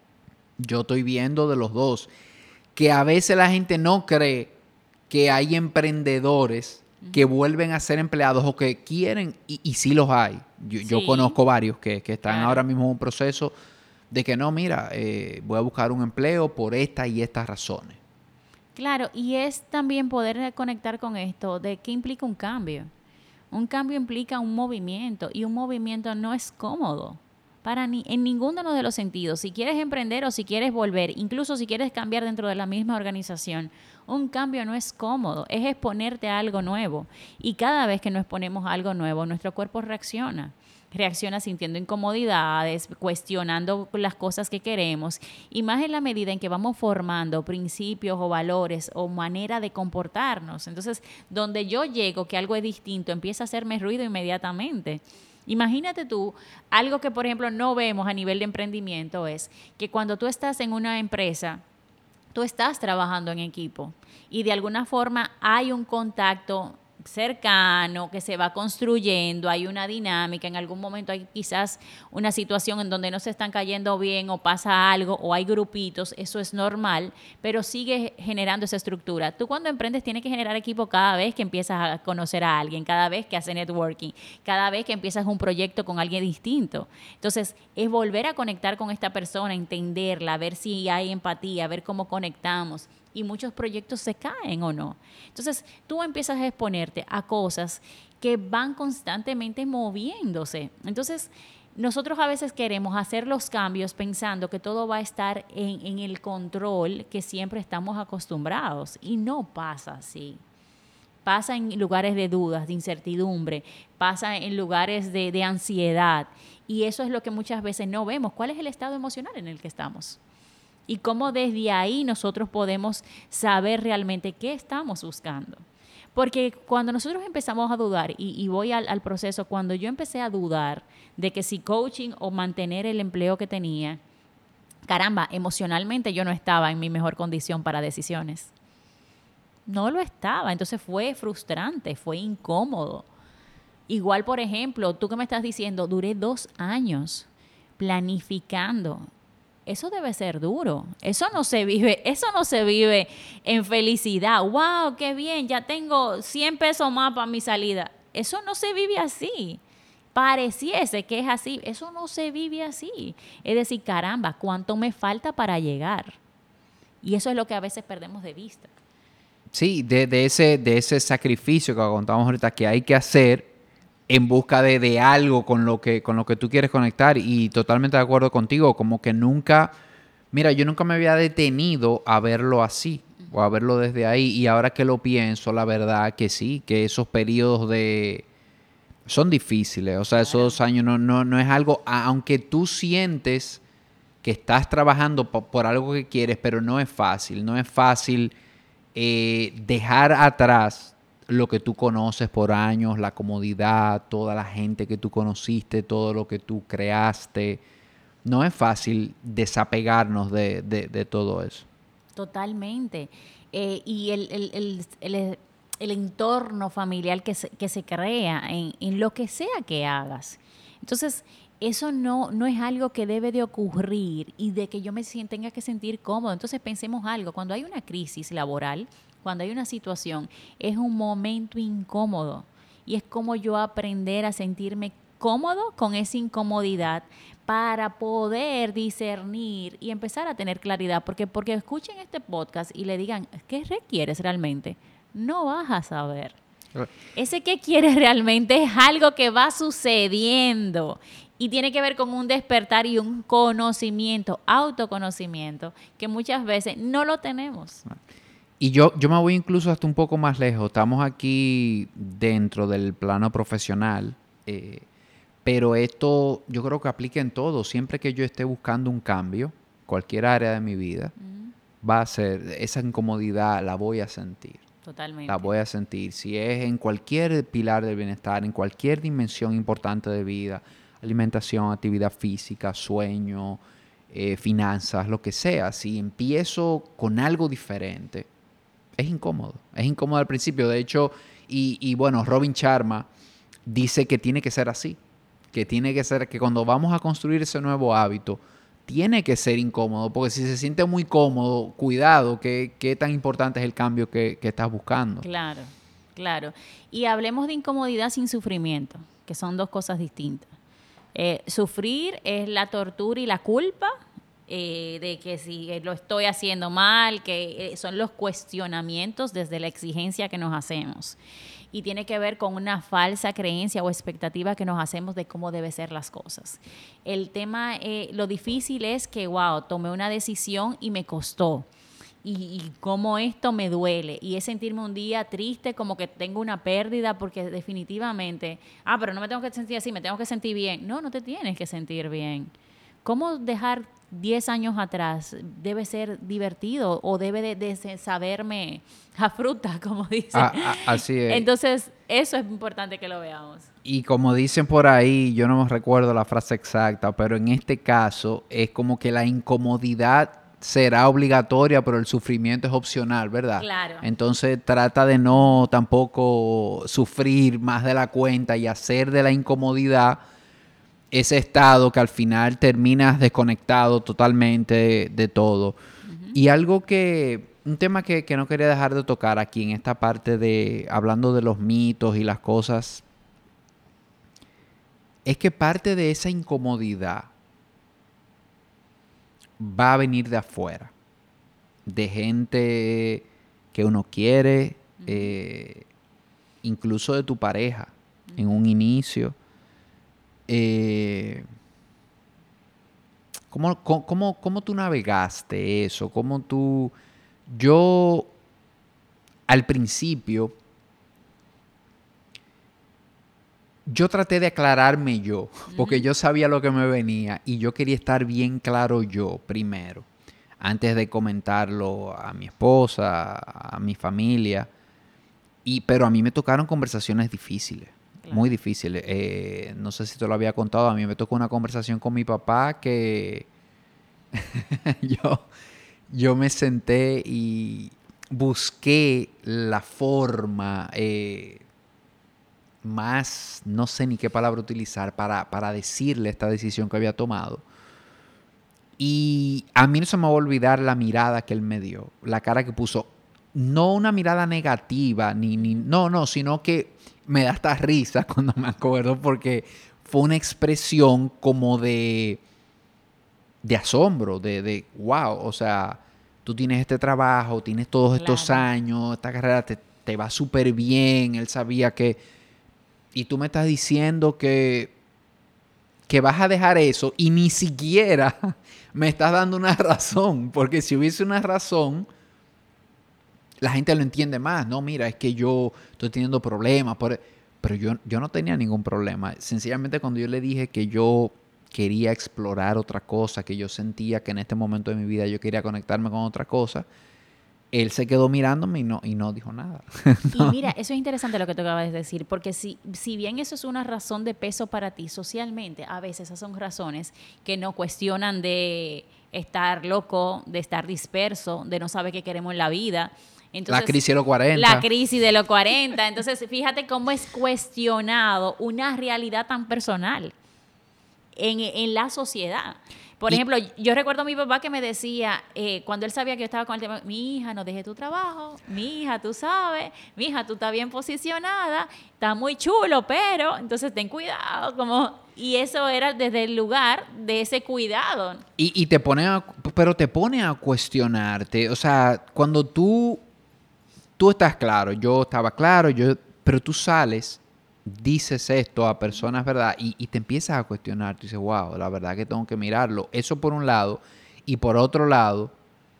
Yo estoy viendo de los dos, que a veces la gente no cree que hay emprendedores uh-huh. que vuelven a ser empleados o que quieren, y, y sí los hay. Yo, sí. yo conozco varios que, que están claro. ahora mismo en un proceso de que no, mira, eh, voy a buscar un empleo por estas y estas razones. Claro, y es también poder conectar con esto de qué implica un cambio. Un cambio implica un movimiento y un movimiento no es cómodo. Para ni, en ninguno de los sentidos. Si quieres emprender o si quieres volver, incluso si quieres cambiar dentro de la misma organización, un cambio no es cómodo, es exponerte a algo nuevo. Y cada vez que nos exponemos a algo nuevo, nuestro cuerpo reacciona. Reacciona sintiendo incomodidades, cuestionando las cosas que queremos. Y más en la medida en que vamos formando principios o valores o manera de comportarnos. Entonces, donde yo llego, que algo es distinto, empieza a hacerme ruido inmediatamente. Imagínate tú, algo que por ejemplo no vemos a nivel de emprendimiento es que cuando tú estás en una empresa, tú estás trabajando en equipo y de alguna forma hay un contacto cercano que se va construyendo, hay una dinámica, en algún momento hay quizás una situación en donde no se están cayendo bien o pasa algo o hay grupitos, eso es normal, pero sigue generando esa estructura. Tú cuando emprendes tienes que generar equipo cada vez que empiezas a conocer a alguien, cada vez que haces networking, cada vez que empiezas un proyecto con alguien distinto. Entonces, es volver a conectar con esta persona, entenderla, ver si hay empatía, ver cómo conectamos. Y muchos proyectos se caen o no. Entonces, tú empiezas a exponerte a cosas que van constantemente moviéndose. Entonces, nosotros a veces queremos hacer los cambios pensando que todo va a estar en, en el control que siempre estamos acostumbrados. Y no pasa así. pasa en lugares de dudas, de incertidumbre, pasa en lugares de, de ansiedad. Y eso es lo que muchas veces no vemos. ¿Cuál es el estado emocional en el que estamos? Y cómo desde ahí nosotros podemos saber realmente qué estamos buscando. Porque cuando nosotros empezamos a dudar, y, y voy al, al proceso, cuando yo empecé a dudar de que si coaching o mantener el empleo que tenía, caramba, emocionalmente yo no estaba en mi mejor condición para decisiones. No lo estaba. Entonces fue frustrante, fue incómodo. Igual, por ejemplo, tú que me estás diciendo, duré dos años planificando. Eso debe ser duro. Eso no se vive, eso no se vive en felicidad. ¡Wow! ¡Qué bien! Ya tengo cien pesos más para mi salida. Eso no se vive así. Pareciese que es así. Eso no se vive así. Es decir, caramba, ¿cuánto me falta para llegar? Y eso es lo que a veces perdemos de vista. Sí, de, de, ese, de ese sacrificio que contamos ahorita que hay que hacer en busca de, de algo con lo, que, con lo que tú quieres conectar. Y totalmente de acuerdo contigo, como que nunca, mira, yo nunca me había detenido a verlo así o a verlo desde ahí. Y ahora que lo pienso, la verdad que sí, que esos periodos de son difíciles. O sea, esos dos años no, no, no es algo, aunque tú sientes que estás trabajando por, por algo que quieres, pero no es fácil. No es fácil eh, dejar atrás lo que tú conoces por años, la comodidad, toda la gente que tú conociste, todo lo que tú creaste. No es fácil desapegarnos de, de, de todo eso. Totalmente. Eh, y el, el, el, el, el entorno familiar que se, que se crea en, en lo que sea que hagas. Entonces, eso no, no es algo que debe de ocurrir y de que yo me sienta, tenga que sentir cómodo. Entonces, pensemos algo. Cuando hay una crisis laboral, cuando hay una situación, es un momento incómodo. Y es como yo aprender a sentirme cómodo con esa incomodidad para poder discernir y empezar a tener claridad. Porque, porque escuchen este podcast y le digan, ¿qué requieres realmente? No vas a saber. Ese qué quieres realmente es algo que va sucediendo y tiene que ver con un despertar y un conocimiento, autoconocimiento, que muchas veces no lo tenemos. Y yo, yo me voy incluso hasta un poco más lejos. Estamos aquí dentro del plano profesional, eh, pero esto yo creo que aplica en todo. Siempre que yo esté buscando un cambio, cualquier área de mi vida, mm. va a ser, esa incomodidad la voy a sentir. Totalmente. La voy a sentir. Si es en cualquier pilar del bienestar, en cualquier dimensión importante de vida, alimentación, actividad física, sueño, eh, finanzas, lo que sea. Si empiezo con algo diferente, es incómodo. Es incómodo al principio. De hecho, y, y bueno, Robin Sharma dice que tiene que ser así. Que tiene que ser, que cuando vamos a construir ese nuevo hábito, tiene que ser incómodo, porque si se siente muy cómodo, cuidado, qué, qué tan importante es el cambio que, que estás buscando. Claro, claro. Y hablemos de incomodidad sin sufrimiento, que son dos cosas distintas. Eh, sufrir es la tortura y la culpa eh, de que si lo estoy haciendo mal, que eh, son los cuestionamientos desde la exigencia que nos hacemos. Y tiene que ver con una falsa creencia o expectativa que nos hacemos de cómo deben ser las cosas. El tema, eh, lo difícil es que, wow, tomé una decisión y me costó. Y, y cómo esto me duele. Y es sentirme un día triste, como que tengo una pérdida, porque definitivamente, ah, pero no me tengo que sentir así, me tengo que sentir bien. No, no te tienes que sentir bien. ¿Cómo dejar diez años atrás debe ser divertido o debe de, de saberme a fruta, como dicen? Ah, ah, así es. Entonces, eso es importante que lo veamos. Y como dicen por ahí, yo no me recuerdo la frase exacta, pero en este caso es como que la incomodidad será obligatoria, pero el sufrimiento es opcional, ¿verdad? Claro. Entonces trata de no tampoco sufrir más de la cuenta y hacer de la incomodidad ese estado que al final terminas desconectado totalmente de, de todo. Uh-huh. Y algo que, un tema que, que no quería dejar de tocar aquí en esta parte de, hablando de los mitos y las cosas, es que parte de esa incomodidad va a venir de afuera, de gente que uno quiere, uh-huh. eh, incluso de tu pareja, uh-huh. en un inicio. Eh, ¿cómo, cómo, ¿Cómo tú navegaste eso? ¿Cómo tú...? Yo, al principio, yo traté de aclararme yo, porque uh-huh. yo sabía lo que me venía y yo quería estar bien claro yo primero, antes de comentarlo a mi esposa, a mi familia. Y, pero a mí me tocaron conversaciones difíciles, claro. muy difíciles. Eh, no sé si te lo había contado, a mí me tocó una conversación con mi papá que yo, yo me senté y busqué la forma eh, más, no sé ni qué palabra utilizar para, para decirle esta decisión que había tomado. Y a mí no se me va a olvidar la mirada que él me dio, la cara que puso. No una mirada negativa, ni, ni no, no, sino que me da hasta risa cuando me acuerdo porque fue una expresión como de, de asombro, de, de wow, o sea, tú tienes este trabajo, tienes todos claro. estos años, esta carrera te, te va súper bien, él sabía que, y tú me estás diciendo que, que vas a dejar eso y ni siquiera me estás dando una razón, porque si hubiese una razón, la gente lo entiende más. No, mira, es que yo estoy teniendo problemas. Por... Pero yo, yo no tenía ningún problema. Sencillamente cuando yo le dije que yo quería explorar otra cosa, que yo sentía que en este momento de mi vida yo quería conectarme con otra cosa, él se quedó mirándome y no, y no dijo nada. ¿No? Y mira, eso es interesante lo que tú acabas de decir, porque si, si bien eso es una razón de peso para ti socialmente, a veces esas son razones que no cuestionan de estar loco, de estar disperso, de no saber qué queremos en la vida. Entonces, la crisis de los cuarenta. La crisis de los cuarenta. Entonces, fíjate cómo es cuestionado una realidad tan personal en, en la sociedad. Por y, ejemplo, yo recuerdo a mi papá que me decía, eh, cuando él sabía que yo estaba con el tema, mi hija, no dejes tu trabajo, mi hija, tú sabes, mi hija, tú estás bien posicionada, está muy chulo, pero entonces ten cuidado, como... Y eso era desde el lugar de ese cuidado. Y, y te pone a, pero te pone a cuestionarte, o sea, cuando tú, tú estás claro, yo estaba claro, yo, pero tú sales... dices esto a personas, ¿verdad? Y, y te empiezas a cuestionar. Tú dices, wow, la verdad que tengo que mirarlo. Eso por un lado. Y por otro lado,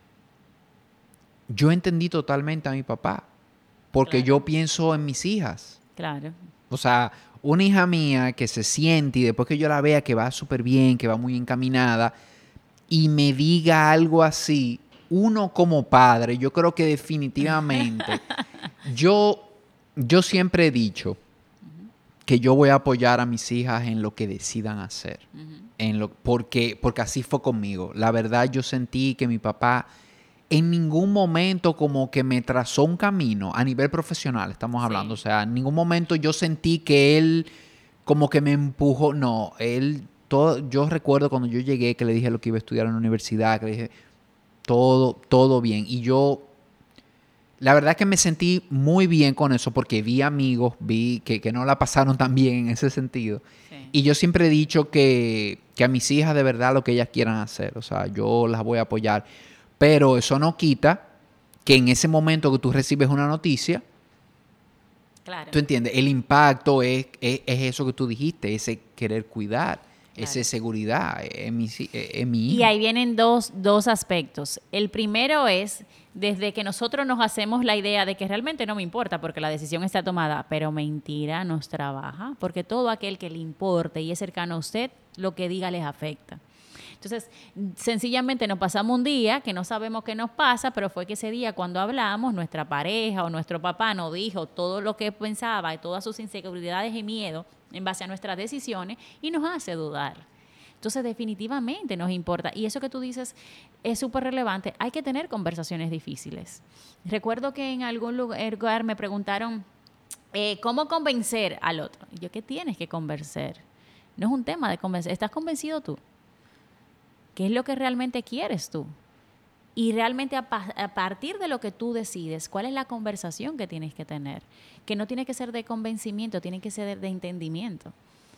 yo entendí totalmente a mi papá. Porque claro. yo pienso en mis hijas. Claro. O sea, una hija mía que se siente y después que yo la vea que va súper bien, que va muy encaminada, y me diga algo así, uno como padre, yo creo que definitivamente, yo, yo siempre he dicho que yo voy a apoyar a mis hijas en lo que decidan hacer. Uh-huh. En lo, porque, porque así fue conmigo. La verdad, yo sentí que mi papá en ningún momento como que me trazó un camino a nivel profesional, estamos hablando. Sí. O sea, en ningún momento yo sentí que él como que me empujó. No, él, todo, yo recuerdo cuando yo llegué que le dije lo que iba a estudiar en la universidad, que le dije todo, todo bien. Y yo... La verdad que me sentí muy bien con eso porque vi amigos, vi que, que no la pasaron tan bien en ese sentido. Sí. Y yo siempre he dicho que, que a mis hijas de verdad lo que ellas quieran hacer. O sea, yo las voy a apoyar. Pero eso no quita que en ese momento que tú recibes una noticia, claro. tú entiendes, el impacto es, es, es eso que tú dijiste, ese querer cuidar. Claro. Esa seguridad en mi, en mi hijo. Y ahí vienen dos, dos aspectos. El primero es, desde que nosotros nos hacemos la idea de que realmente no me importa porque la decisión está tomada, pero mentira nos trabaja, porque todo aquel que le importe y es cercano a usted, lo que diga les afecta. Entonces, sencillamente nos pasamos un día que no sabemos qué nos pasa, pero fue que ese día cuando hablamos, nuestra pareja o nuestro papá nos dijo todo lo que pensaba y todas sus inseguridades y miedo en base a nuestras decisiones y nos hace dudar. Entonces, definitivamente nos importa. Y eso que tú dices es súper relevante. Hay que tener conversaciones difíciles. Recuerdo que en algún lugar me preguntaron eh, cómo convencer al otro. Y yo, ¿qué tienes que convencer? No es un tema de convencer. ¿Estás convencido tú? ¿Qué es lo que realmente quieres tú? Y realmente a, pa- a partir de lo que tú decides, ¿cuál es la conversación que tienes que tener? Que no tiene que ser de convencimiento, tiene que ser de entendimiento.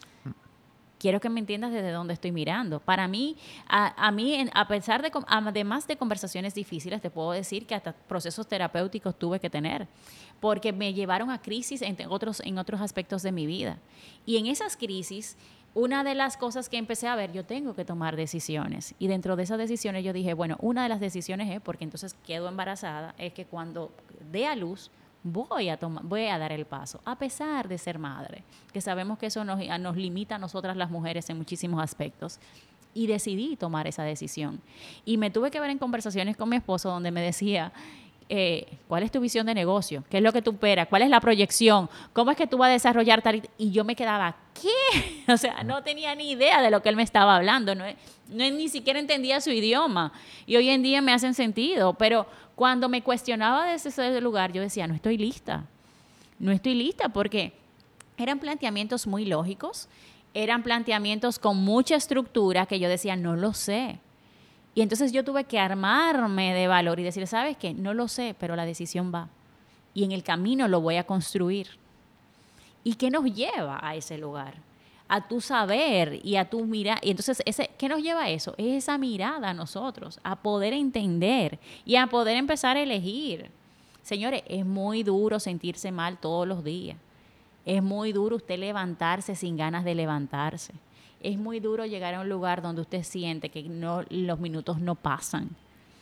Quiero que me entiendas desde dónde estoy mirando. Para mí, a, a mí, a pesar de, además de conversaciones difíciles, te puedo decir que hasta procesos terapéuticos tuve que tener, porque me llevaron a crisis en otros, en otros aspectos de mi vida. Y en esas crisis, una de las cosas que empecé a ver, yo tengo que tomar decisiones. Y dentro de esas decisiones yo dije, bueno, una de las decisiones es, porque entonces quedo embarazada, es que cuando dé a luz, voy a tomar, voy a dar el paso, a pesar de ser madre, que sabemos que eso nos, nos limita a nosotras las mujeres en muchísimos aspectos. Y decidí tomar esa decisión. Y me tuve que ver en conversaciones con mi esposo donde me decía, eh, ¿cuál es tu visión de negocio? ¿Qué es lo que tú esperas? ¿Cuál es la proyección? ¿Cómo es que tú vas a desarrollar tal? Y yo me quedaba, ¿qué? O sea, no tenía ni idea de lo que él me estaba hablando. No, no ni siquiera entendía su idioma. Y hoy en día me hacen sentido. Pero cuando me cuestionaba desde ese lugar, yo decía, no estoy lista. No estoy lista porque eran planteamientos muy lógicos. Eran planteamientos con mucha estructura que yo decía, no lo sé. Y entonces yo tuve que armarme de valor y decir, ¿sabes qué? No lo sé, pero la decisión va. Y en el camino lo voy a construir. ¿Y qué nos lleva a ese lugar? A tu saber y a tu mirar. Y entonces, ese, ¿qué nos lleva a eso? Es esa mirada a nosotros, a poder entender y a poder empezar a elegir. Señores, es muy duro sentirse mal todos los días. Es muy duro usted levantarse sin ganas de levantarse. Es muy duro llegar a un lugar donde usted siente que no, los minutos no pasan.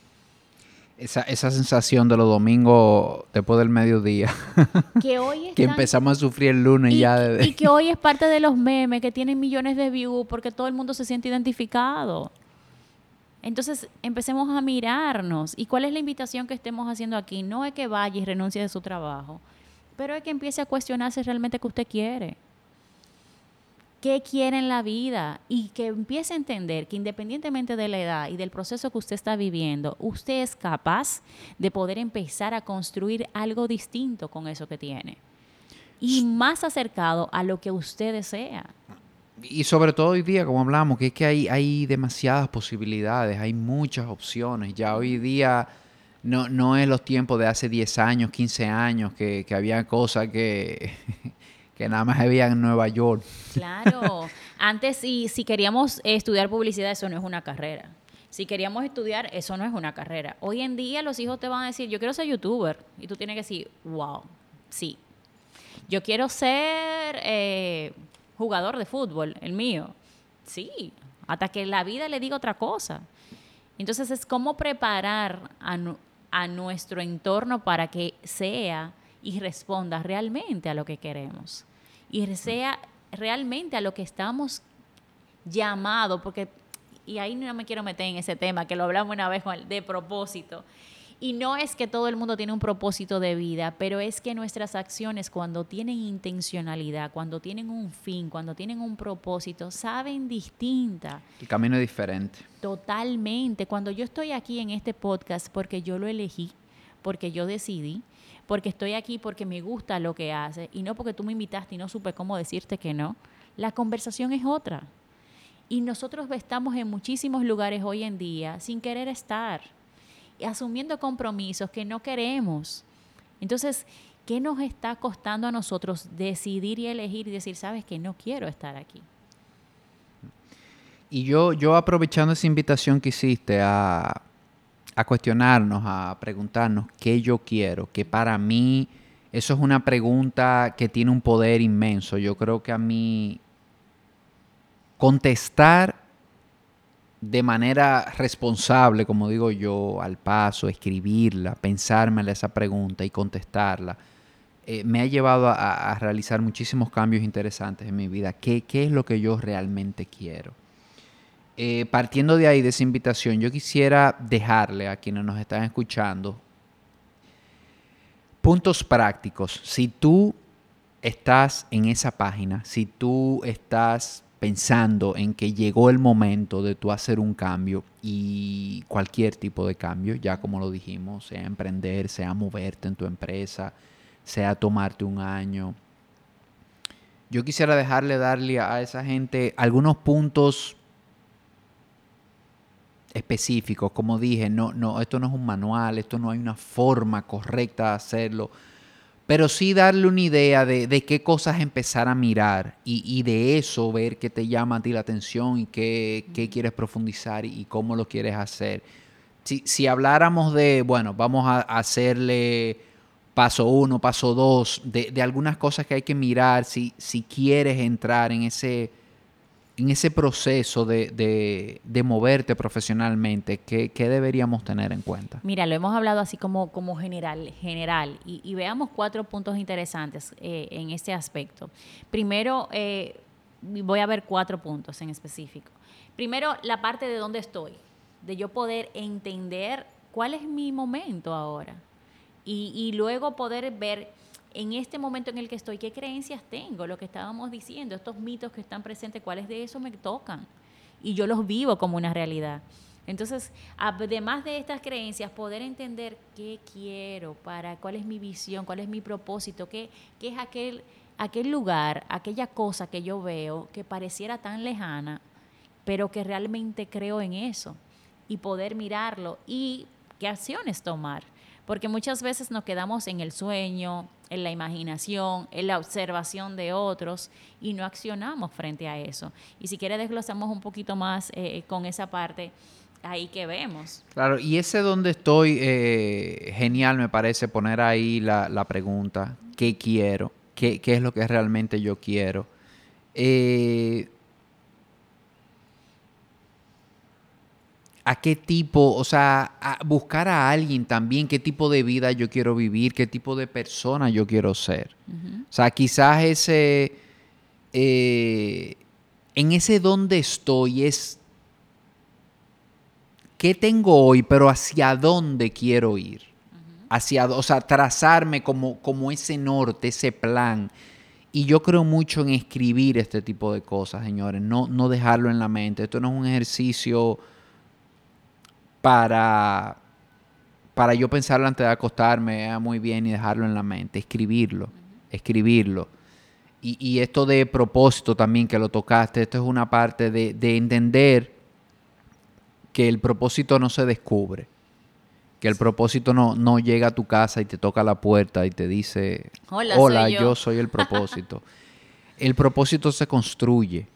Esa, esa sensación de los domingos después del mediodía. Que hoy están, que empezamos a sufrir el lunes y, ya. De... y que hoy es parte de los memes que tienen millones de views porque todo el mundo se siente identificado. Entonces, empecemos a mirarnos. ¿Y cuál es la invitación que estemos haciendo aquí? No es que vaya y renuncie de su trabajo, pero es que empiece a cuestionarse realmente qué usted quiere. ¿Qué quiere en la vida? Y que empiece a entender que independientemente de la edad y del proceso que usted está viviendo, usted es capaz de poder empezar a construir algo distinto con eso que tiene. Y más acercado a lo que usted desea. Y sobre todo hoy día, como hablamos, que es que hay, hay demasiadas posibilidades, hay muchas opciones. Ya hoy día no, no es los tiempos de hace diez años, quince años, que, que había cosas que... que nada más había en Nueva York. Claro. Antes, si, si queríamos estudiar publicidad, eso no es una carrera. Si queríamos estudiar, eso no es una carrera. Hoy en día los hijos te van a decir, yo quiero ser youtuber. Y tú tienes que decir, wow, sí. Yo quiero ser eh, jugador de fútbol, el mío. Sí, hasta que la vida le diga otra cosa. Entonces, es cómo preparar a, a nuestro entorno para que sea y responda realmente a lo que queremos. Y sea realmente a lo que estamos llamados, porque, y ahí no me quiero meter en ese tema, que lo hablamos una vez con el, de propósito. Y no es que todo el mundo tiene un propósito de vida, pero es que nuestras acciones, cuando tienen intencionalidad, cuando tienen un fin, cuando tienen un propósito, saben distinta. El camino es diferente. Totalmente. Cuando yo estoy aquí en este podcast, porque yo lo elegí, porque yo decidí, porque estoy aquí porque me gusta lo que hace y no porque tú me invitaste y no supe cómo decirte que no, la conversación es otra. Y nosotros estamos en muchísimos lugares hoy en día sin querer estar, y asumiendo compromisos que no queremos. Entonces, ¿qué nos está costando a nosotros decidir y elegir y decir, sabes que no quiero estar aquí? Y yo, yo aprovechando esa invitación que hiciste a... a cuestionarnos, a preguntarnos qué yo quiero, que para mí eso es una pregunta que tiene un poder inmenso. Yo creo que a mí contestar de manera responsable, como digo yo, al paso, escribirla, pensármela esa pregunta y contestarla, eh, me ha llevado a, a realizar muchísimos cambios interesantes en mi vida. ¿Qué, qué es lo que yo realmente quiero? Eh, partiendo de ahí, de esa invitación, yo quisiera dejarle a quienes nos están escuchando puntos prácticos. Si tú estás en esa página, si tú estás pensando en que llegó el momento de tú hacer un cambio, y cualquier tipo de cambio, ya como lo dijimos, sea emprender, sea moverte en tu empresa, sea tomarte un año, yo quisiera dejarle, darle a esa gente algunos puntos específicos. Como dije, no, no, esto no es un manual, esto no hay una forma correcta de hacerlo, pero sí darle una idea de, de qué cosas empezar a mirar y, y de eso ver qué te llama a ti la atención y qué, qué quieres profundizar y, y cómo lo quieres hacer. Si, si habláramos de, bueno, vamos a hacerle paso uno, paso dos, de, de algunas cosas que hay que mirar si, si quieres entrar en ese en ese proceso de, de, de moverte profesionalmente, ¿qué, ¿qué deberíamos tener en cuenta? Mira, lo hemos hablado así como, como general, general y, y veamos cuatro puntos interesantes eh, en este aspecto. Primero, eh, voy a ver cuatro puntos en específico. Primero, la parte de dónde estoy, de yo poder entender cuál es mi momento ahora y, y luego poder ver en este momento en el que estoy, qué creencias tengo, lo que estábamos diciendo, estos mitos que están presentes, cuáles de esos me tocan y yo los vivo como una realidad. Entonces, además de estas creencias, poder entender qué quiero, para, cuál es mi visión, cuál es mi propósito, qué, qué es aquel, aquel lugar, aquella cosa que yo veo que pareciera tan lejana, pero que realmente creo en eso y poder mirarlo y qué acciones tomar. Porque muchas veces nos quedamos en el sueño, en la imaginación, en la observación de otros y no accionamos frente a eso. Y si quieres desglosamos un poquito más eh, con esa parte ahí que vemos. Claro, y ese donde estoy, eh, genial me parece poner ahí la, la pregunta, ¿qué quiero? ¿Qué, ¿Qué es lo que realmente yo quiero? Eh, ¿A qué tipo, o sea, a buscar a alguien también, qué tipo de vida yo quiero vivir, qué tipo de persona yo quiero ser? Uh-huh. O sea, quizás ese, eh, en ese donde estoy es qué tengo hoy, pero hacia dónde quiero ir. Uh-huh. Hacia, o sea, trazarme como, como ese norte, ese plan. Y yo creo mucho en escribir este tipo de cosas, señores, no, no dejarlo en la mente. Esto no es un ejercicio para, para yo pensarlo antes de acostarme eh, muy bien y dejarlo en la mente, escribirlo, uh-huh. escribirlo. Y, y esto de propósito también que lo tocaste, esto es una parte de, de entender que el propósito no se descubre, que el propósito no, no llega a tu casa y te toca la puerta y te dice, hola, hola soy yo. yo soy el propósito. El propósito se construye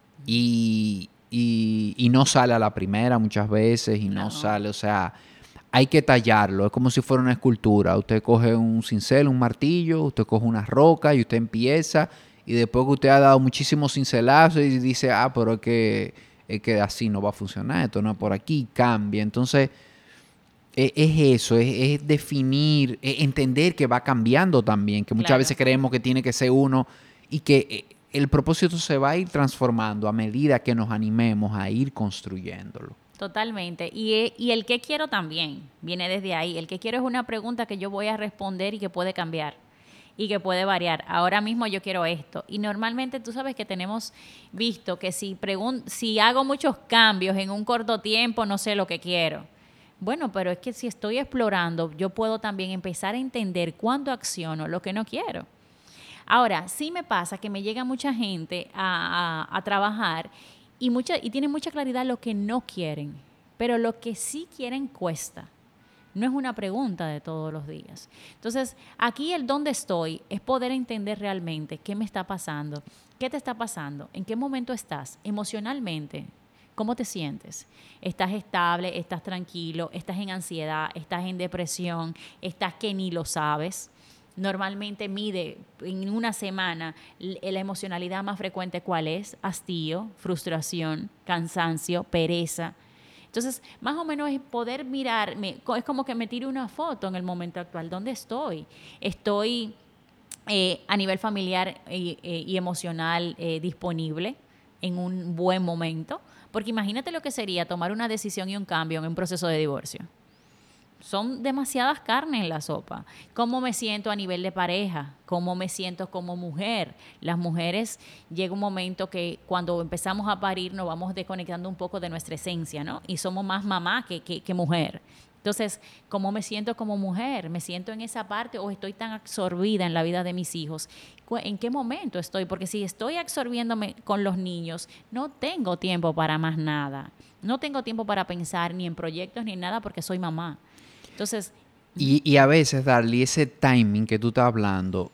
y... Y, y no sale a la primera muchas veces y no, no sale, o sea, hay que tallarlo, es como si fuera una escultura. Usted coge un cincel, un martillo, usted coge una roca y usted empieza y después que usted ha dado muchísimos cincelazos y dice, ah, pero es que, es que así no va a funcionar, esto no es por aquí, cambia. Entonces, es, es eso, es, es definir, es entender que va cambiando también, que muchas claro. veces creemos que tiene que ser uno y que... el propósito se va a ir transformando a medida que nos animemos a ir construyéndolo. Totalmente. Y, y el qué quiero también viene desde ahí. El qué quiero es una pregunta que yo voy a responder y que puede cambiar y que puede variar. Ahora mismo yo quiero esto. Y normalmente tú sabes que tenemos visto que si, pregun- si hago muchos cambios en un corto tiempo, no sé lo que quiero. Bueno, pero es que si estoy explorando, yo puedo también empezar a entender cuándo acciono lo que no quiero. Ahora, sí me pasa que me llega mucha gente a, a, a trabajar y, mucha, y tienen mucha claridad lo que no quieren, pero lo que sí quieren cuesta. No es una pregunta de todos los días. Entonces, aquí el dónde estoy es poder entender realmente qué me está pasando, qué te está pasando, en qué momento estás emocionalmente, cómo te sientes. ¿Estás estable? ¿Estás tranquilo? ¿Estás en ansiedad? ¿Estás en depresión? ¿Estás que ni lo sabes? Normalmente mide en una semana la emocionalidad más frecuente, ¿cuál es? Hastío, frustración, cansancio, pereza. Entonces, más o menos es poder mirarme, es como que me tire una foto en el momento actual. ¿Dónde estoy? Estoy eh, a nivel familiar eh, eh, y emocional eh, disponible en un buen momento. Porque imagínate lo que sería tomar una decisión y un cambio en un proceso de divorcio. Son demasiadas carnes en la sopa. ¿Cómo me siento a nivel de pareja? ¿Cómo me siento como mujer? Las mujeres llega un momento que cuando empezamos a parir nos vamos desconectando un poco de nuestra esencia, ¿no? Y somos más mamá que, que, que mujer. Entonces, ¿cómo me siento como mujer? ¿Me siento en esa parte o estoy tan absorbida en la vida de mis hijos? ¿En qué momento estoy? Porque si estoy absorbiéndome con los niños, no tengo tiempo para más nada. No tengo tiempo para pensar ni en proyectos ni en nada porque soy mamá. Entonces, y, y a veces, Darly, ese timing que tú estás hablando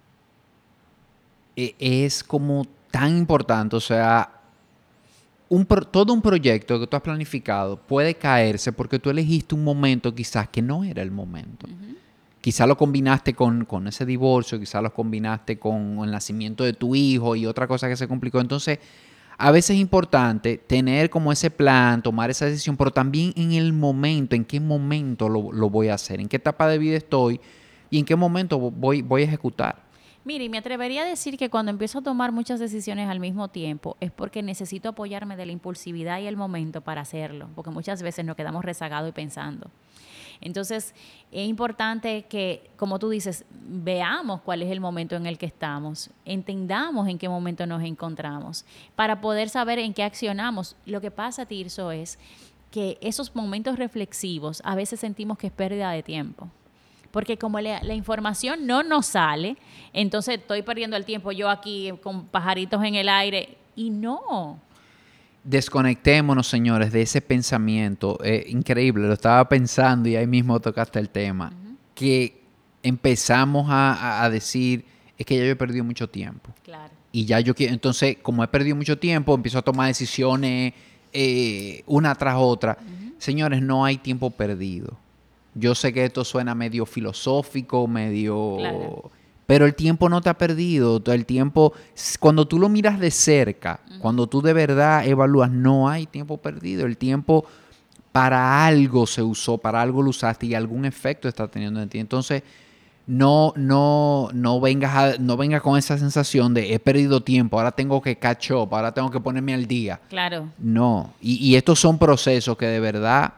eh, es como tan importante. O sea, un pro, todo un proyecto que tú has planificado puede caerse porque tú elegiste un momento quizás que no era el momento. Uh-huh. Quizás lo combinaste con, con ese divorcio, quizás lo combinaste con el nacimiento de tu hijo y otra cosa que se complicó. Entonces, a veces es importante tener como ese plan, tomar esa decisión, pero también en el momento, en qué momento lo, lo voy a hacer, en qué etapa de vida estoy y en qué momento voy, voy a ejecutar. Mire, y me atrevería a decir que cuando empiezo a tomar muchas decisiones al mismo tiempo es porque necesito apoyarme de la impulsividad y el momento para hacerlo, porque muchas veces nos quedamos rezagados y pensando. Entonces, es importante que, como tú dices, veamos cuál es el momento en el que estamos, entendamos en qué momento nos encontramos, para poder saber en qué accionamos. Lo que pasa, Tirso, es que esos momentos reflexivos a veces sentimos que es pérdida de tiempo. Porque como la, la información no nos sale, entonces estoy perdiendo el tiempo yo aquí con pajaritos en el aire. Y no. Desconectémonos, señores, de ese pensamiento. Eh, increíble, lo estaba pensando y ahí mismo tocaste el tema. Uh-huh. Que empezamos a, a, a decir, es que ya yo he perdido mucho tiempo. Claro. Y ya yo quiero, entonces, como he perdido mucho tiempo, empiezo a tomar decisiones eh, una tras otra. Uh-huh. Señores, no hay tiempo perdido. Yo sé que esto suena medio filosófico, medio... Claro. Pero el tiempo no te ha perdido. El tiempo, cuando tú lo miras de cerca, uh-huh. cuando tú de verdad evalúas, no hay tiempo perdido. El tiempo para algo se usó, para algo lo usaste y algún efecto está teniendo en ti. Entonces, no, no, no vengas a, no vengas con esa sensación de he perdido tiempo, ahora tengo que catch up, ahora tengo que ponerme al día. Claro. No. Y, y estos son procesos que de verdad,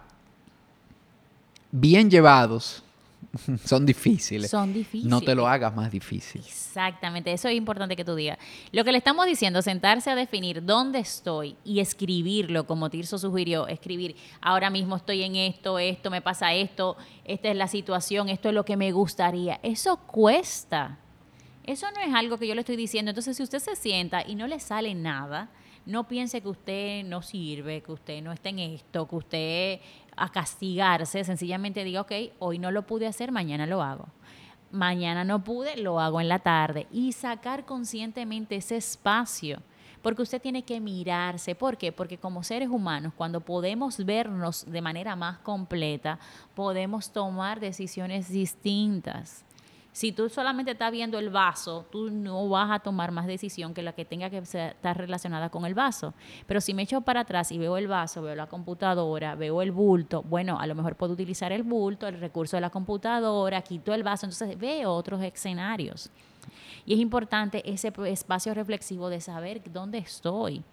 bien llevados, son difíciles. Son difíciles. No te lo hagas más difícil. Exactamente, eso es importante que tú digas. Lo que le estamos diciendo, sentarse a definir dónde estoy y escribirlo, como Tirso sugirió, escribir, ahora mismo estoy en esto, esto, me pasa esto, esta es la situación, esto es lo que me gustaría. Eso cuesta. Eso no es algo que yo le estoy diciendo. Entonces, si usted se sienta y no le sale nada, no piense que usted no sirve, que usted no está en esto, que usted a castigarse, sencillamente diga, ok, hoy no lo pude hacer, mañana lo hago. Mañana no pude, lo hago en la tarde. Y sacar conscientemente ese espacio, porque usted tiene que mirarse. ¿Por qué? Porque como seres humanos, cuando podemos vernos de manera más completa, podemos tomar decisiones distintas. Si tú solamente estás viendo el vaso, tú no vas a tomar más decisión que la que tenga que estar relacionada con el vaso. Pero si me echo para atrás y veo el vaso, veo la computadora, veo el bulto, bueno, a lo mejor puedo utilizar el bulto, el recurso de la computadora, quito el vaso, entonces veo otros escenarios. Y es importante ese espacio reflexivo de saber dónde estoy.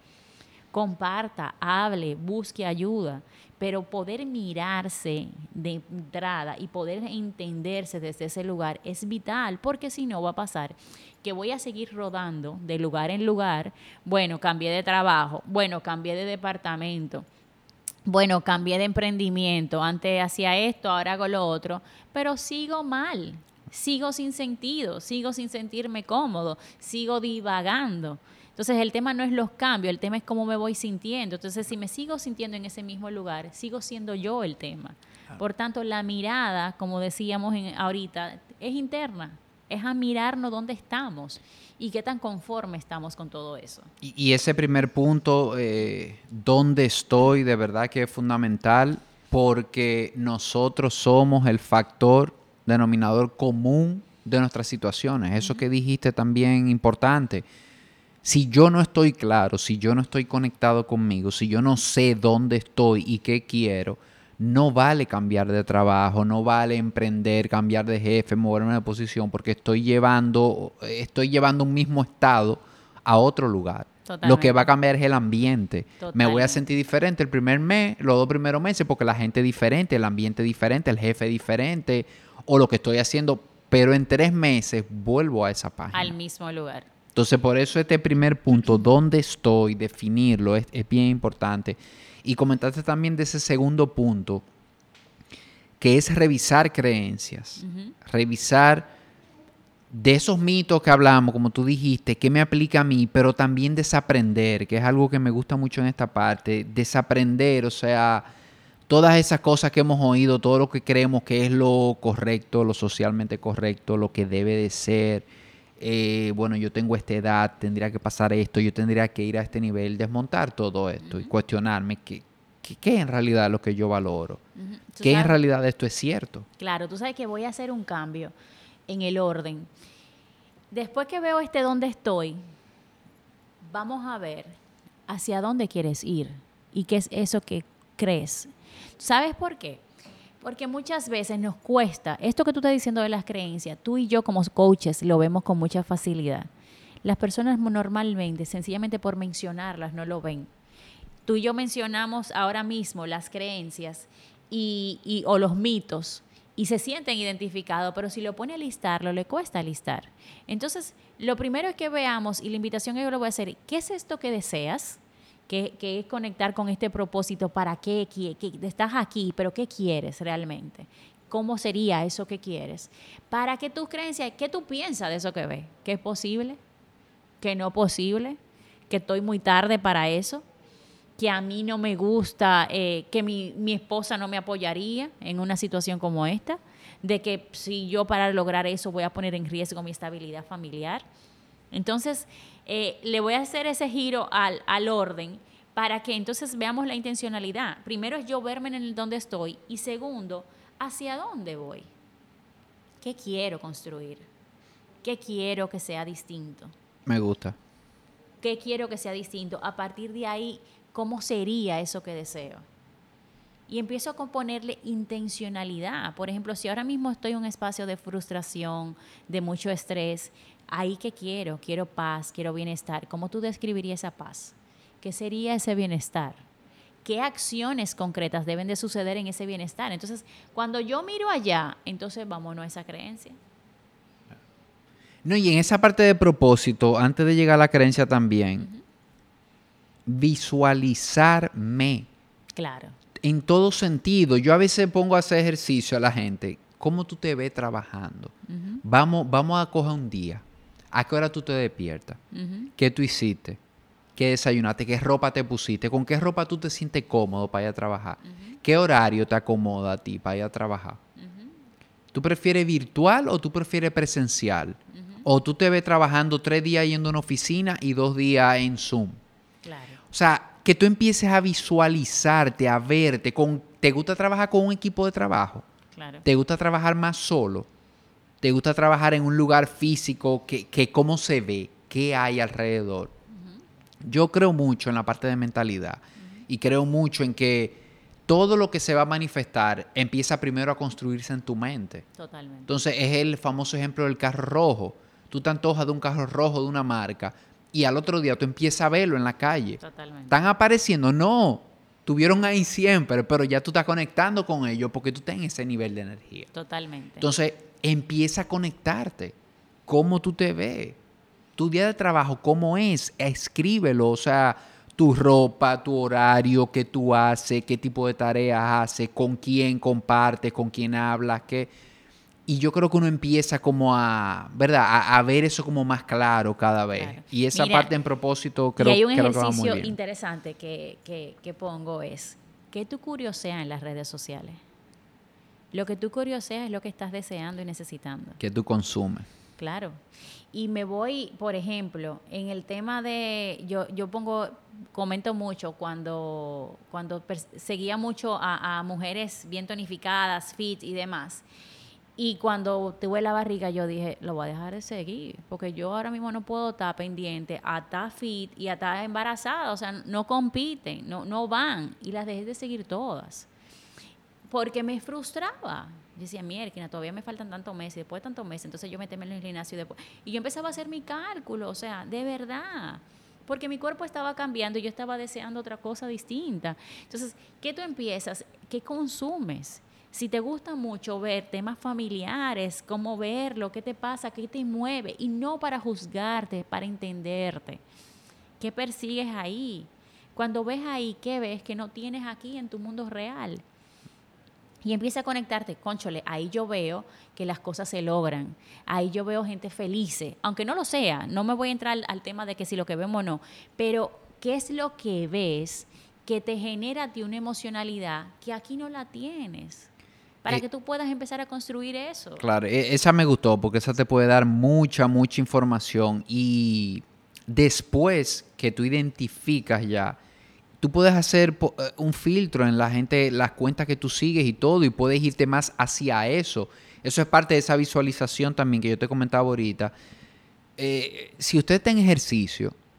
Comparta, hable, busque ayuda, pero poder mirarse de entrada y poder entenderse desde ese lugar es vital, porque si no va a pasar que voy a seguir rodando de lugar en lugar. Bueno, cambié de trabajo, bueno, cambié de departamento, bueno, cambié de emprendimiento, antes hacía esto, ahora hago lo otro, pero sigo mal, sigo sin sentido, sigo sin sentirme cómodo, sigo divagando. Entonces, el tema no es los cambios, el tema es cómo me voy sintiendo. Entonces, si me sigo sintiendo en ese mismo lugar, sigo siendo yo el tema. Por tanto, la mirada, como decíamos en, ahorita, es interna. Es a mirarnos dónde estamos y qué tan conforme estamos con todo eso. Y, y ese primer punto, eh, dónde estoy, de verdad que es fundamental, porque nosotros somos el factor denominador común de nuestras situaciones. Eso uh-huh. que dijiste también importante. Si yo no estoy claro, si yo no estoy conectado conmigo, si yo no sé dónde estoy y qué quiero, no vale cambiar de trabajo, no vale emprender, cambiar de jefe, moverme de posición, porque estoy llevando, estoy llevando un mismo estado a otro lugar. Totalmente. Lo que va a cambiar es el ambiente. Totalmente. Me voy a sentir diferente el primer mes, los dos primeros meses, porque la gente es diferente, el ambiente es diferente, el jefe es diferente, o lo que estoy haciendo, pero en tres meses vuelvo a esa página. Al mismo lugar. Entonces, por eso este primer punto, dónde estoy, definirlo, es, es bien importante. Y comentaste también de ese segundo punto, que es revisar creencias. Uh-huh. Revisar de esos mitos que hablamos, como tú dijiste, qué me aplica a mí, pero también desaprender, que es algo que me gusta mucho en esta parte. Desaprender, o sea, todas esas cosas que hemos oído, todo lo que creemos que es lo correcto, lo socialmente correcto, lo que debe de ser. Eh, bueno, yo tengo esta edad, tendría que pasar esto, yo tendría que ir a este nivel, desmontar todo esto uh-huh. y cuestionarme qué, qué, qué en realidad es lo que yo valoro, uh-huh. qué en realidad esto es cierto. Claro, tú sabes que voy a hacer un cambio en el orden. Después que veo este dónde estoy, vamos a ver hacia dónde quieres ir y qué es eso que crees. ¿Sabes por qué? Porque muchas veces nos cuesta, esto que tú estás diciendo de las creencias, tú y yo como coaches lo vemos con mucha facilidad. Las personas normalmente, sencillamente por mencionarlas, no lo ven. Tú y yo mencionamos ahora mismo las creencias y, y, o los mitos y se sienten identificados, pero si lo pone a listarlo, le cuesta listar. Entonces, lo primero es que veamos, y la invitación que yo le voy a hacer, ¿qué es esto que deseas? Que, que es conectar con este propósito, ¿para qué? Que, que estás aquí, pero ¿qué quieres realmente? ¿Cómo sería eso que quieres? Para que tus creencias, ¿qué tú piensas de eso que ves? ¿Que es posible? ¿Que no es posible? ¿Que estoy muy tarde para eso? ¿Que a mí no me gusta, eh, que mi, mi esposa no me apoyaría en una situación como esta? De que si yo para lograr eso voy a poner en riesgo mi estabilidad familiar. Entonces, eh, le voy a hacer ese giro al, al orden para que entonces veamos la intencionalidad. Primero es yo verme en el donde estoy y segundo, ¿hacia dónde voy? ¿Qué quiero construir? ¿Qué quiero que sea distinto? Me gusta. ¿Qué quiero que sea distinto? A partir de ahí, ¿cómo sería eso que deseo? Y empiezo a componerle intencionalidad. Por ejemplo, si ahora mismo estoy en un espacio de frustración, de mucho estrés, ¿ahí qué quiero? Quiero paz, quiero bienestar. ¿Cómo tú describirías esa paz? ¿Qué sería ese bienestar? ¿Qué acciones concretas deben de suceder en ese bienestar? Entonces, cuando yo miro allá, entonces vámonos a esa creencia. No, y en esa parte de propósito, antes de llegar a la creencia también, uh-huh. visualizarme. Claro. En todo sentido. Yo a veces pongo a hacer ejercicio a la gente. ¿Cómo tú te ves trabajando? Uh-huh. Vamos, vamos a coger un día. ¿A qué hora tú te despiertas? Uh-huh. ¿Qué tú hiciste? ¿Qué desayunaste? ¿Qué ropa te pusiste? ¿Con qué ropa tú te sientes cómodo para ir a trabajar? Uh-huh. ¿Qué horario te acomoda a ti para ir a trabajar? Uh-huh. ¿Tú prefieres virtual o tú prefieres presencial? Uh-huh. ¿O tú te ves trabajando tres días yendo a una oficina y dos días en Zoom? Claro. O sea, que tú empieces a visualizarte, a verte. Con, ¿te gusta trabajar con un equipo de trabajo? Claro. ¿Te gusta trabajar más solo? ¿Te gusta trabajar en un lugar físico? Que, que cómo se ve, qué hay alrededor. Uh-huh. Yo creo mucho en la parte de mentalidad. Uh-huh. Y creo mucho en que todo lo que se va a manifestar empieza primero a construirse en tu mente. Totalmente. Entonces es el famoso ejemplo del carro rojo. Tú te antojas de un carro rojo de una marca y al otro día tú empiezas a verlo en la calle. Totalmente. ¿Están apareciendo? No. Estuvieron ahí siempre, pero ya tú estás conectando con ellos porque tú estás en ese nivel de energía. Totalmente. Entonces, empieza a conectarte. ¿Cómo tú te ves? Tu día de trabajo, ¿cómo es? Escríbelo. O sea, tu ropa, tu horario, qué tú haces, qué tipo de tareas haces, con quién compartes, con quién hablas, qué... Y yo creo que uno empieza como a, ¿verdad? A, a ver eso como más claro cada vez. Claro. Y esa Mira, parte en propósito creo, y hay un creo que va muy ejercicio bien. interesante que, que, que pongo es, ¿qué tú curioseas en las redes sociales? Lo que tú curioseas es lo que estás deseando y necesitando. Que tú consumes. Claro. Y me voy, por ejemplo, en el tema de, yo, yo pongo, comento mucho cuando, cuando seguía mucho a, a mujeres bien tonificadas, fit y demás. Y cuando tuve la barriga, yo dije, lo voy a dejar de seguir, porque yo ahora mismo no puedo estar pendiente a estar fit y a estar embarazada. O sea, no compiten, no, no van. Y las dejé de seguir todas. Porque me frustraba. Yo decía, mierda, todavía me faltan tantos meses, después de tantos meses, entonces yo meteme en el gimnasio después. Y yo empezaba a hacer mi cálculo, o sea, de verdad. Porque mi cuerpo estaba cambiando y yo estaba deseando otra cosa distinta. Entonces, ¿qué tú empiezas? ¿Qué consumes? Si te gusta mucho ver temas familiares, cómo verlo, qué te pasa, qué te mueve, y no para juzgarte, para entenderte. ¿Qué persigues ahí? Cuando ves ahí, ¿qué ves que no tienes aquí en tu mundo real? Y empieza a conectarte, cónchole, ahí yo veo que las cosas se logran, ahí yo veo gente feliz, aunque no lo sea, no me voy a entrar al, al tema de que si lo que vemos o no, pero ¿qué es lo que ves que te genera a ti una emocionalidad que aquí no la tienes? Para eh, que tú puedas empezar a construir eso. Claro, esa me gustó porque esa te puede dar mucha, mucha información y después que tú identificas ya, tú puedes hacer un filtro en la gente, las cuentas que tú sigues y todo y puedes irte más hacia eso. Eso es parte de esa visualización también que yo te comentaba ahorita. Eh, si usted está en ejercicio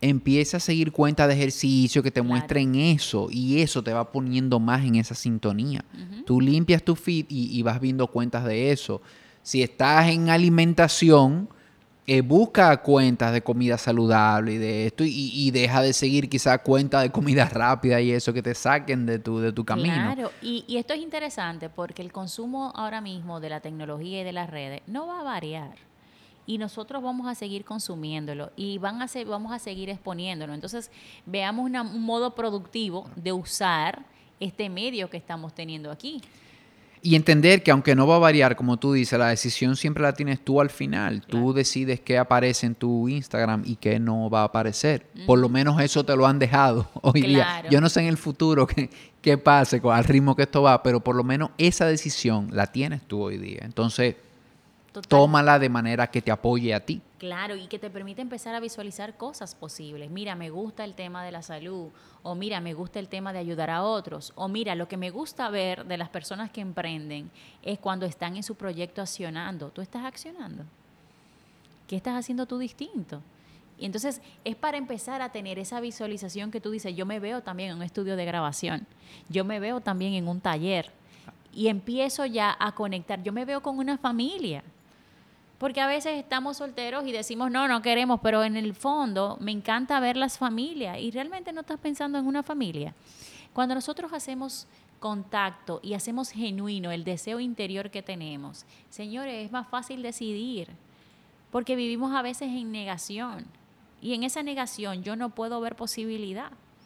empieza a seguir cuentas de ejercicio que te Claro. muestren eso y eso te va poniendo más en esa sintonía. Ujú. Tú limpias tu feed y, y vas viendo cuentas de eso. Si estás en alimentación, eh, busca cuentas de comida saludable y de esto y, y deja de seguir quizás cuentas de comida rápida y eso que te saquen de tu, de tu camino. Claro, y, y esto es interesante porque el consumo ahora mismo de la tecnología y de las redes no va a variar. Y nosotros vamos a seguir consumiéndolo y van a ser, vamos a seguir exponiéndolo. Entonces, veamos una- un modo productivo de usar este medio que estamos teniendo aquí. Y entender que aunque no va a variar, como tú dices, la decisión siempre la tienes tú al final. Claro. Tú decides qué aparece en tu Instagram y qué no va a aparecer. Por lo menos eso te lo han dejado hoy día. Claro. Yo no sé en el futuro qué, qué pase con al ritmo que esto va, pero por lo menos esa decisión la tienes tú hoy día. Entonces, Total. tómala de manera que te apoye a ti. Claro, y que te permite empezar a visualizar cosas posibles. Mira, me gusta el tema de la salud, o mira, me gusta el tema de ayudar a otros, o mira, lo que me gusta ver de las personas que emprenden es cuando están en su proyecto accionando. ¿Tú estás accionando? ¿Qué estás haciendo tú distinto? Y entonces es para empezar a tener esa visualización que tú dices, yo me veo también en un estudio de grabación, yo me veo también en un taller, y empiezo ya a conectar, yo me veo con una familia. Porque a veces estamos solteros y decimos, no, no queremos, pero en el fondo me encanta ver las familias y realmente no estás pensando en una familia. Cuando nosotros hacemos contacto y hacemos genuino el deseo interior que tenemos, señores, es más fácil decidir, porque vivimos a veces en negación y en esa negación yo no puedo ver posibilidad.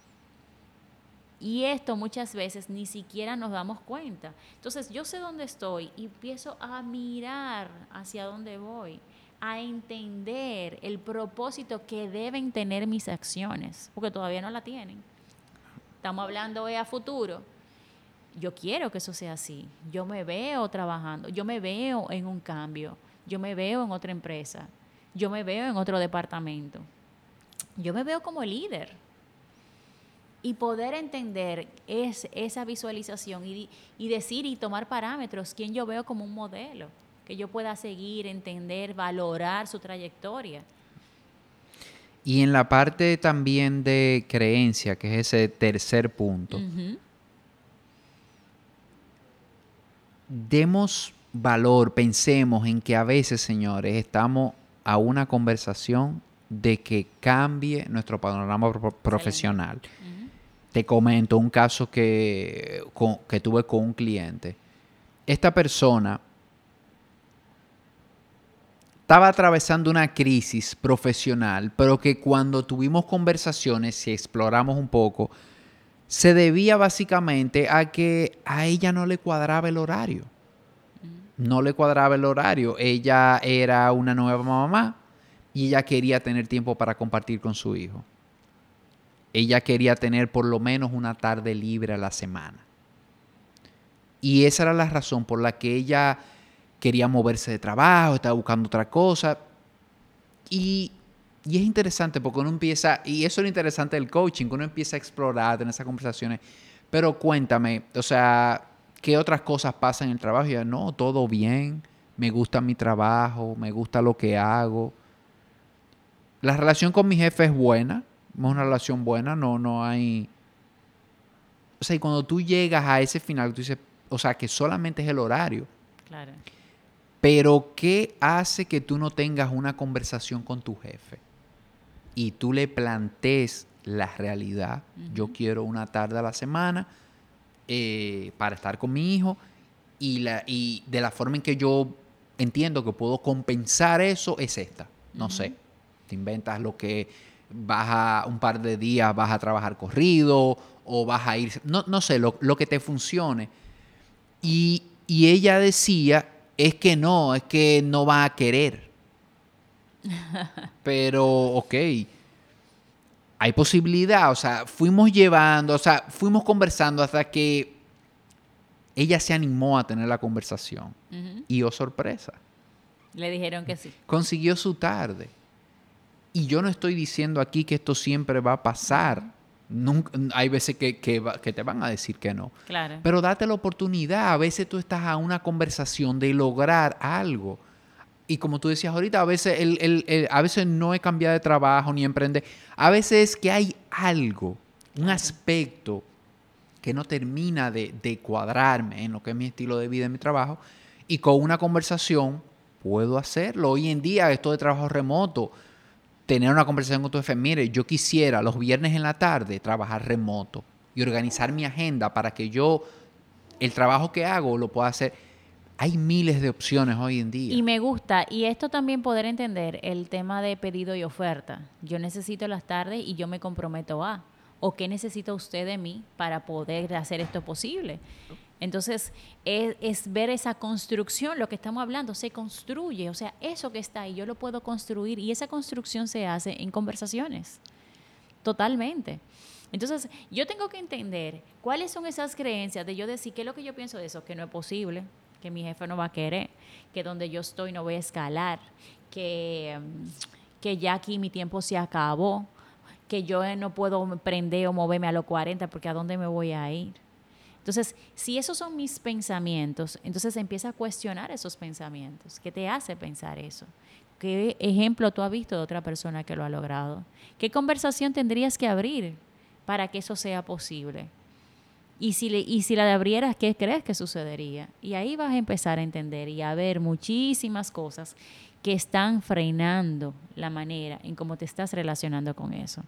Y esto muchas veces ni siquiera nos damos cuenta. Entonces yo sé dónde estoy y empiezo a mirar hacia dónde voy, a entender el propósito que deben tener mis acciones, porque todavía no la tienen. Estamos hablando hoy a futuro. Yo quiero que eso sea así. Yo me veo trabajando, yo me veo en un cambio, yo me veo en otra empresa, yo me veo en otro departamento. Yo me veo como líder. Y poder entender es, esa visualización y, y decir y tomar parámetros, quién yo veo como un modelo, que yo pueda seguir, entender, valorar su trayectoria. Y en la parte también de creencia, que es ese tercer punto, Uh-huh. demos valor, pensemos en que a veces, señores, estamos a una conversación de que cambie nuestro panorama pro- profesional. Uh-huh. Te comento un caso que, con, que tuve con un cliente. Esta persona estaba atravesando una crisis profesional, pero que cuando tuvimos conversaciones y exploramos un poco, se debía básicamente a que a ella no le cuadraba el horario. No le cuadraba el horario. Ella era una nueva mamá y ella quería tener tiempo para compartir con su hijo. Ella quería tener por lo menos una tarde libre a la semana. Y esa era la razón por la que ella quería moverse de trabajo, estaba buscando otra cosa. Y, y es interesante porque uno empieza, y eso es lo interesante del coaching, que uno empieza a explorar, tener esas conversaciones. Pero cuéntame, o sea, ¿qué otras cosas pasan en el trabajo? Y ella, no, todo bien, me gusta mi trabajo, me gusta lo que hago. La relación con mi jefe es buena. Es una relación buena, no, no hay... O sea, y cuando tú llegas a ese final, tú dices, o sea, que solamente es el horario. Claro. Pero, ¿qué hace que tú no tengas una conversación con tu jefe? Y tú le plantees la realidad. Uh-huh. Yo quiero una tarde a la semana eh, para estar con mi hijo. Y, la, y de la forma en que yo entiendo que puedo compensar eso es esta. No uh-huh. sé. Te inventas lo que... vas a un par de días, vas a trabajar corrido o vas a ir, no, no sé, lo, lo que te funcione. Y, y ella decía, es que no, es que no va a querer. Pero, ok, hay posibilidad, o sea, fuimos llevando, o sea, fuimos conversando hasta que ella se animó a tener la conversación. Uh-huh. Y oh, sorpresa. Le dijeron que sí. Consiguió su tarde. Y yo no estoy diciendo aquí que esto siempre va a pasar. Nunca, hay veces que, que, va, que te van a decir que no. Claro. Pero date la oportunidad. A veces tú estás a una conversación de lograr algo. Y como tú decías ahorita, a veces, el, el, el, a veces no es cambiar de trabajo ni emprender. A veces es que hay algo, un Claro. aspecto que no termina de, de cuadrarme en lo que es mi estilo de vida y mi trabajo. Y con una conversación puedo hacerlo. Hoy en día, esto de trabajo remoto, tener una conversación con tu jefe, mire, yo quisiera los viernes en la tarde trabajar remoto y organizar mi agenda para que yo, el trabajo que hago, lo pueda hacer. Hay miles de opciones hoy en día. Y me gusta, y esto también poder entender el tema de pedido y oferta. Yo necesito las tardes y yo me comprometo a. ¿O qué necesita usted de mí para poder hacer esto posible? Entonces, es, es ver esa construcción, lo que estamos hablando, se construye. O sea, eso que está ahí, yo lo puedo construir y esa construcción se hace en conversaciones. Totalmente. Entonces, yo tengo que entender cuáles son esas creencias de yo decir qué es lo que yo pienso de eso, que no es posible, que mi jefe no va a querer, que donde yo estoy no voy a escalar, que, que ya aquí mi tiempo se acabó, que yo no puedo emprender o moverme a los cuarenta porque ¿a dónde me voy a ir? Entonces, si esos son mis pensamientos, entonces empieza a cuestionar esos pensamientos. ¿Qué te hace pensar eso? ¿Qué ejemplo tú has visto de otra persona que lo ha logrado? ¿Qué conversación tendrías que abrir para que eso sea posible? Y si, le, y si la abrieras, ¿qué crees que sucedería? Y ahí vas a empezar a entender y a ver muchísimas cosas que están frenando la manera en cómo te estás relacionando con eso.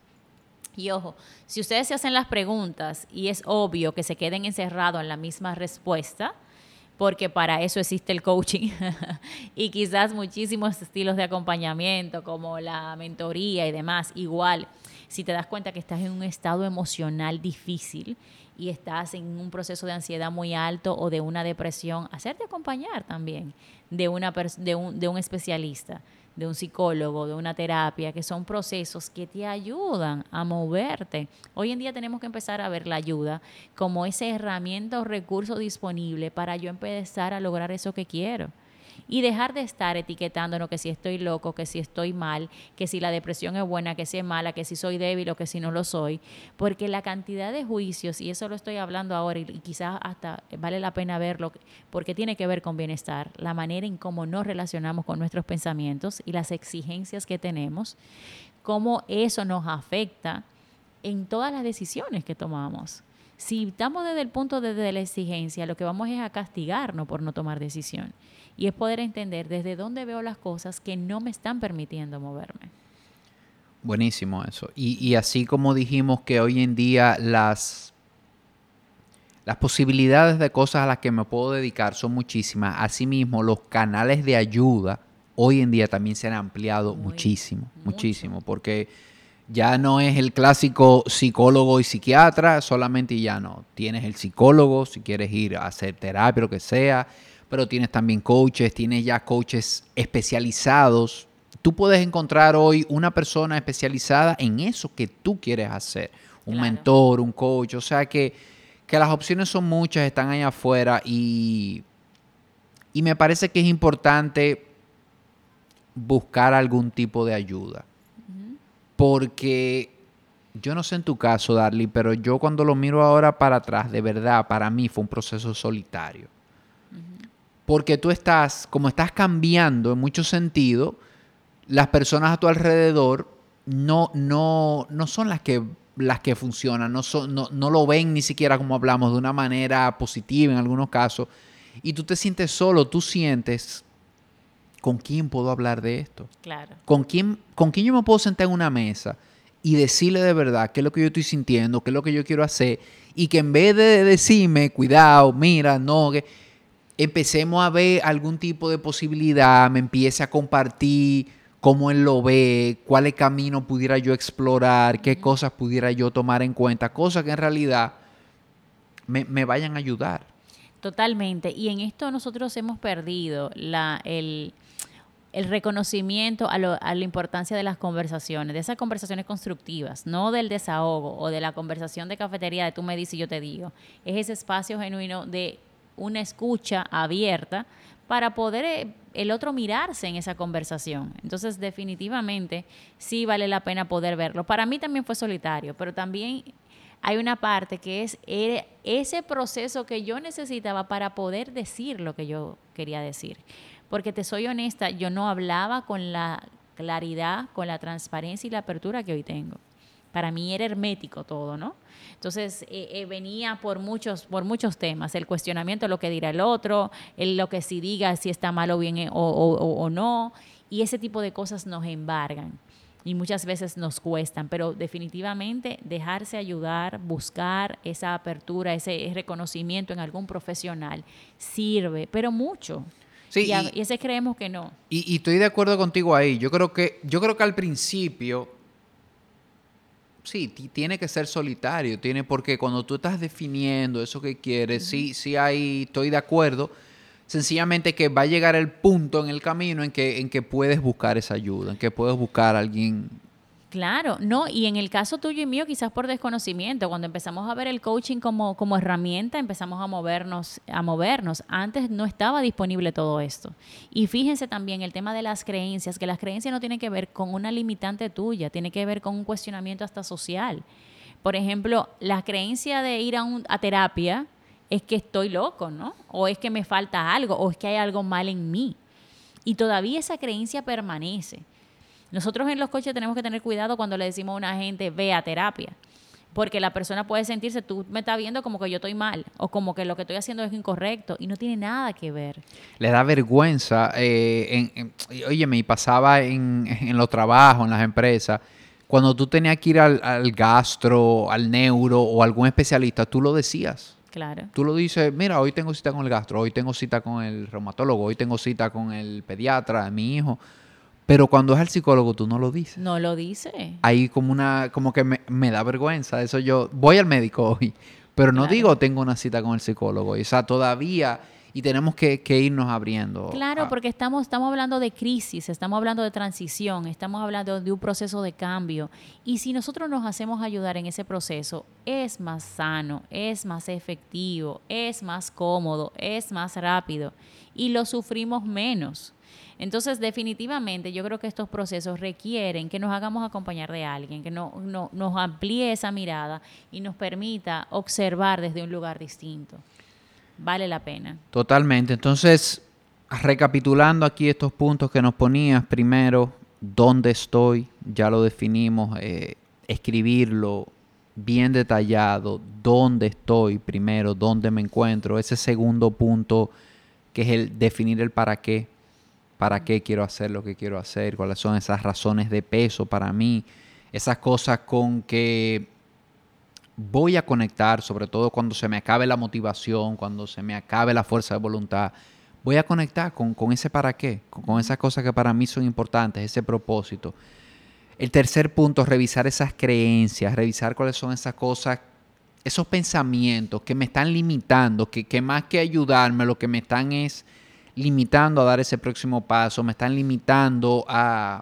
Y ojo, si ustedes se hacen las preguntas y es obvio que se queden encerrados en la misma respuesta, porque para eso existe el coaching y quizás muchísimos estilos de acompañamiento como la mentoría y demás, igual, si te das cuenta que estás en un estado emocional difícil y estás en un proceso de ansiedad muy alto o de una depresión, hacerte acompañar también de, una de, un, de un especialista, de un psicólogo, de una terapia, que son procesos que te ayudan a moverte. Hoy en día tenemos que empezar a ver la ayuda como esa herramienta o recurso disponible para yo empezar a lograr eso que quiero. Y dejar de estar etiquetándonos que si estoy loco, que si estoy mal, que si la depresión es buena, que si es mala, que si soy débil o que si no lo soy. Porque la cantidad de juicios, y eso lo estoy hablando ahora y, y quizás hasta vale la pena verlo porque tiene que ver con bienestar, la manera en cómo nos relacionamos con nuestros pensamientos y las exigencias que tenemos, cómo eso nos afecta en todas las decisiones que tomamos. Si estamos desde el punto de, de la exigencia, lo que vamos es a castigarnos por no tomar decisión. Y es poder entender desde dónde veo las cosas que no me están permitiendo moverme. Buenísimo eso. Y, y así como dijimos que hoy en día las, las posibilidades de cosas a las que me puedo dedicar son muchísimas, asimismo los canales de ayuda hoy en día también se han ampliado Muy, muchísimo, mucho. muchísimo, porque ya no es el clásico psicólogo y psiquiatra, solamente ya no. Tienes el psicólogo, si quieres ir a hacer terapia, lo que sea, pero tienes también coaches, tienes ya coaches especializados. Tú puedes encontrar hoy una persona especializada en eso que tú quieres hacer. Un claro. mentor, un coach, o sea que, que las opciones son muchas, están allá afuera y, y me parece que es importante buscar algún tipo de ayuda. Porque yo no sé en tu caso, Darly, pero yo cuando lo miro ahora para atrás, de verdad, para mí fue un proceso solitario. Uh-huh. Porque tú estás, como estás cambiando en muchos sentidos, las personas a tu alrededor no, no, no son las que, las que funcionan, no, son, no, no lo ven ni siquiera como hablamos, de una manera positiva en algunos casos. Y tú te sientes solo, tú sientes... ¿Con quién puedo hablar de esto? Claro. ¿Con quién, ¿Con quién yo me puedo sentar en una mesa y decirle de verdad qué es lo que yo estoy sintiendo, qué es lo que yo quiero hacer? Y que en vez de decirme, cuidado, mira, no, que empecemos a ver algún tipo de posibilidad, me empiece a compartir cómo él lo ve, cuáles caminos pudiera yo explorar, qué uh-huh. cosas pudiera yo tomar en cuenta, cosas que en realidad me, me vayan a ayudar. Totalmente. Y en esto nosotros hemos perdido la, el... el reconocimiento a, lo, a la importancia de las conversaciones, de esas conversaciones constructivas, no del desahogo o de la conversación de cafetería de tú me dices y yo te digo. Es ese espacio genuino de una escucha abierta para poder el otro mirarse en esa conversación. Entonces, definitivamente, sí vale la pena poder verlo. Para mí también fue solitario, pero también hay una parte que es ese proceso que yo necesitaba para poder decir lo que yo quería decir. Porque te soy honesta, yo no hablaba con la claridad, con la transparencia y la apertura que hoy tengo. Para mí era hermético todo, ¿no? Entonces eh, eh, venía por muchos, por muchos temas, el cuestionamiento de lo que dirá el otro, el, lo que si diga si está mal o bien o, o, o, o no, y ese tipo de cosas nos embargan y muchas veces nos cuestan, pero definitivamente dejarse ayudar, buscar esa apertura, ese reconocimiento en algún profesional sirve, pero mucho. Sí, y, a, y, y ese creemos que no. Y, y estoy de acuerdo contigo ahí. Yo creo que, yo creo que al principio sí, t- tiene que ser solitario, tiene porque cuando tú estás definiendo eso que quieres, uh-huh. sí, sí hay, estoy de acuerdo. Sencillamente que va a llegar el punto en el camino en que, en que puedes buscar esa ayuda, en que puedes buscar a alguien. Claro, no, y en el caso tuyo y mío, quizás por desconocimiento, cuando empezamos a ver el coaching como, como herramienta, empezamos a movernos, a movernos. Antes no estaba disponible todo esto. Y fíjense también el tema de las creencias, que las creencias no tienen que ver con una limitante tuya, tiene que ver con un cuestionamiento hasta social. Por ejemplo, la creencia de ir a, un, a terapia es que estoy loco, ¿no? O es que me falta algo, o es que hay algo mal en mí. Y todavía esa creencia permanece. Nosotros en los coaches tenemos que tener cuidado cuando le decimos a una gente, ve a terapia. Porque la persona puede sentirse, tú me estás viendo como que yo estoy mal, o como que lo que estoy haciendo es incorrecto, y no tiene nada que ver. Le da vergüenza. Eh, en, en, oye, me pasaba en, en los trabajos, en las empresas, cuando tú tenías que ir al, al gastro, al neuro o algún especialista, tú lo decías. Claro. Tú lo dices, mira, hoy tengo cita con el gastro, hoy tengo cita con el reumatólogo, hoy tengo cita con el pediatra, mi hijo. Pero cuando es el psicólogo, tú no lo dices. No lo dice. Ahí como una, como que me, me da vergüenza. Eso yo, voy al médico hoy, pero no Claro. digo tengo una cita con el psicólogo. O sea, todavía, y tenemos que, que irnos abriendo. Claro, a... porque estamos, estamos hablando de crisis, estamos hablando de transición, estamos hablando de un proceso de cambio. Y si nosotros nos hacemos ayudar en ese proceso, es más sano, es más efectivo, es más cómodo, es más rápido y lo sufrimos menos. Entonces, definitivamente, yo creo que estos procesos requieren que nos hagamos acompañar de alguien, que no, no, nos amplíe esa mirada y nos permita observar desde un lugar distinto. Vale la pena. Totalmente. Entonces, recapitulando aquí estos puntos que nos ponías, primero, ¿dónde estoy? Ya lo definimos, eh, escribirlo bien detallado, ¿dónde estoy? Primero, ¿dónde me encuentro? Ese segundo punto, que es el definir el para qué. ¿Para qué quiero hacer lo que quiero hacer? ¿Cuáles son esas razones de peso para mí? Esas cosas con que voy a conectar, sobre todo cuando se me acabe la motivación, cuando se me acabe la fuerza de voluntad. Voy a conectar con, con ese para qué, con, con esas cosas que para mí son importantes, ese propósito. El tercer punto, revisar esas creencias, revisar cuáles son esas cosas, esos pensamientos que me están limitando, que, que más que ayudarme, lo que me están es limitando a dar ese próximo paso, me están limitando a,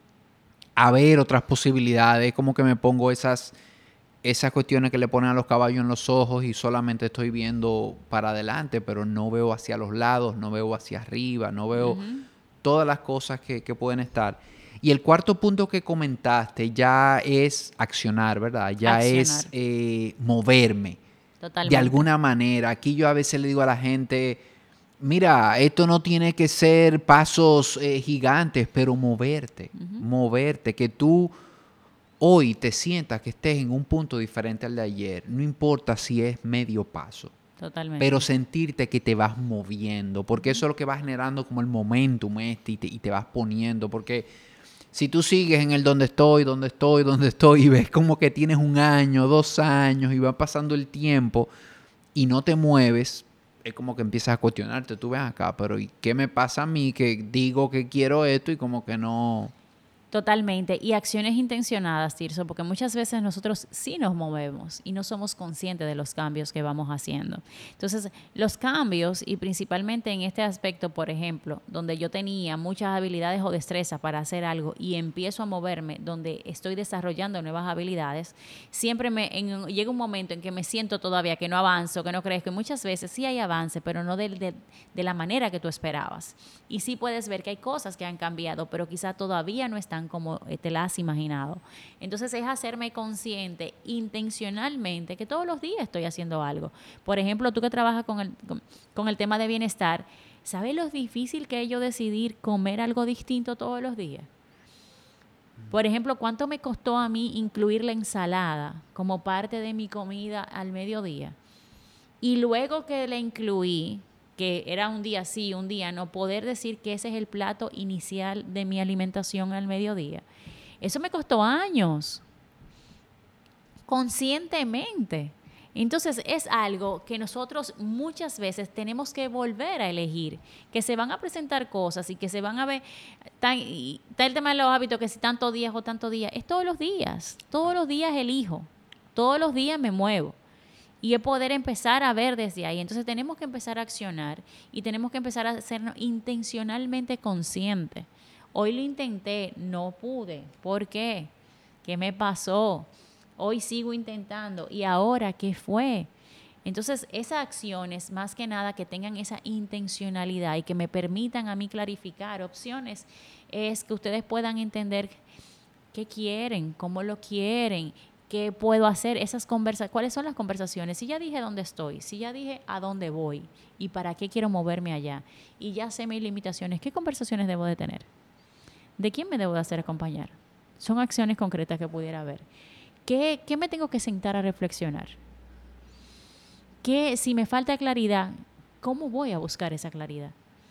a ver otras posibilidades, como que me pongo esas, esas cuestiones que le ponen a los caballos en los ojos y solamente estoy viendo para adelante, pero no veo hacia los lados, no veo hacia arriba, no veo uh-huh. todas las cosas que, que pueden estar. Y el cuarto punto que comentaste ya es accionar, ¿verdad? Ya accionar. es eh, moverme. Totalmente. De alguna manera. Aquí yo a veces le digo a la gente, mira, esto no tiene que ser pasos eh, gigantes, pero moverte, uh-huh. moverte, que tú hoy te sientas que estés en un punto diferente al de ayer, no importa si es medio paso. Totalmente. Pero sentirte que te vas moviendo, porque uh-huh. eso es lo que va generando como el momentum este y te, y te vas poniendo, porque si tú sigues en el donde estoy, donde estoy, donde estoy y ves como que tienes un año, dos años y va pasando el tiempo y no te mueves, es como que empiezas a cuestionarte, tú ves acá, pero ¿y qué me pasa a mí que digo que quiero esto y como que no? Totalmente. Y acciones intencionadas, Tirso, porque muchas veces nosotros sí nos movemos y no somos conscientes de los cambios que vamos haciendo. Entonces, los cambios, y principalmente en este aspecto, por ejemplo, donde yo tenía muchas habilidades o destrezas para hacer algo y empiezo a moverme, donde estoy desarrollando nuevas habilidades, siempre me en, llega un momento en que me siento todavía que no avanzo, que no crezco. Y muchas veces sí hay avance, pero no de, de, de la manera que tú esperabas. Y sí puedes ver que hay cosas que han cambiado, pero quizá todavía no están salgan como te las has imaginado. Entonces es hacerme consciente intencionalmente que todos los días estoy haciendo algo. Por ejemplo, tú que trabajas con el, con, con el tema de bienestar, ¿sabes lo difícil que es yo decidir comer algo distinto todos los días? Por ejemplo, ¿cuánto me costó a mí incluir la ensalada como parte de mi comida al mediodía? Y luego que la incluí, que era un día sí, un día no, poder decir que ese es el plato inicial de mi alimentación al mediodía. Eso me costó años, conscientemente. Entonces es algo que nosotros muchas veces tenemos que volver a elegir, que se van a presentar cosas y que se van a ver, está el tema de los hábitos, que si tantos días o tantos días, es todos los días, todos los días elijo, todos los días me muevo. Y es poder empezar a ver desde ahí. Entonces tenemos que empezar a accionar y tenemos que empezar a ser intencionalmente conscientes. Hoy lo intenté, no pude. ¿Por qué? ¿Qué me pasó? Hoy sigo intentando. ¿Y ahora qué fue? Entonces esas acciones, más que nada que tengan esa intencionalidad y que me permitan a mí clarificar opciones, es que ustedes puedan entender qué quieren, cómo lo quieren, ¿qué puedo hacer? Esas conversaciones, ¿cuáles son las conversaciones? Si ya dije dónde estoy, si ya dije a dónde voy y para qué quiero moverme allá, y ya sé mis limitaciones, ¿qué conversaciones debo de tener? ¿De quién me debo de hacer acompañar? Son acciones concretas que pudiera haber. ¿Qué, qué me tengo que sentar a reflexionar? ¿Qué, si me falta claridad, cómo voy a buscar esa claridad?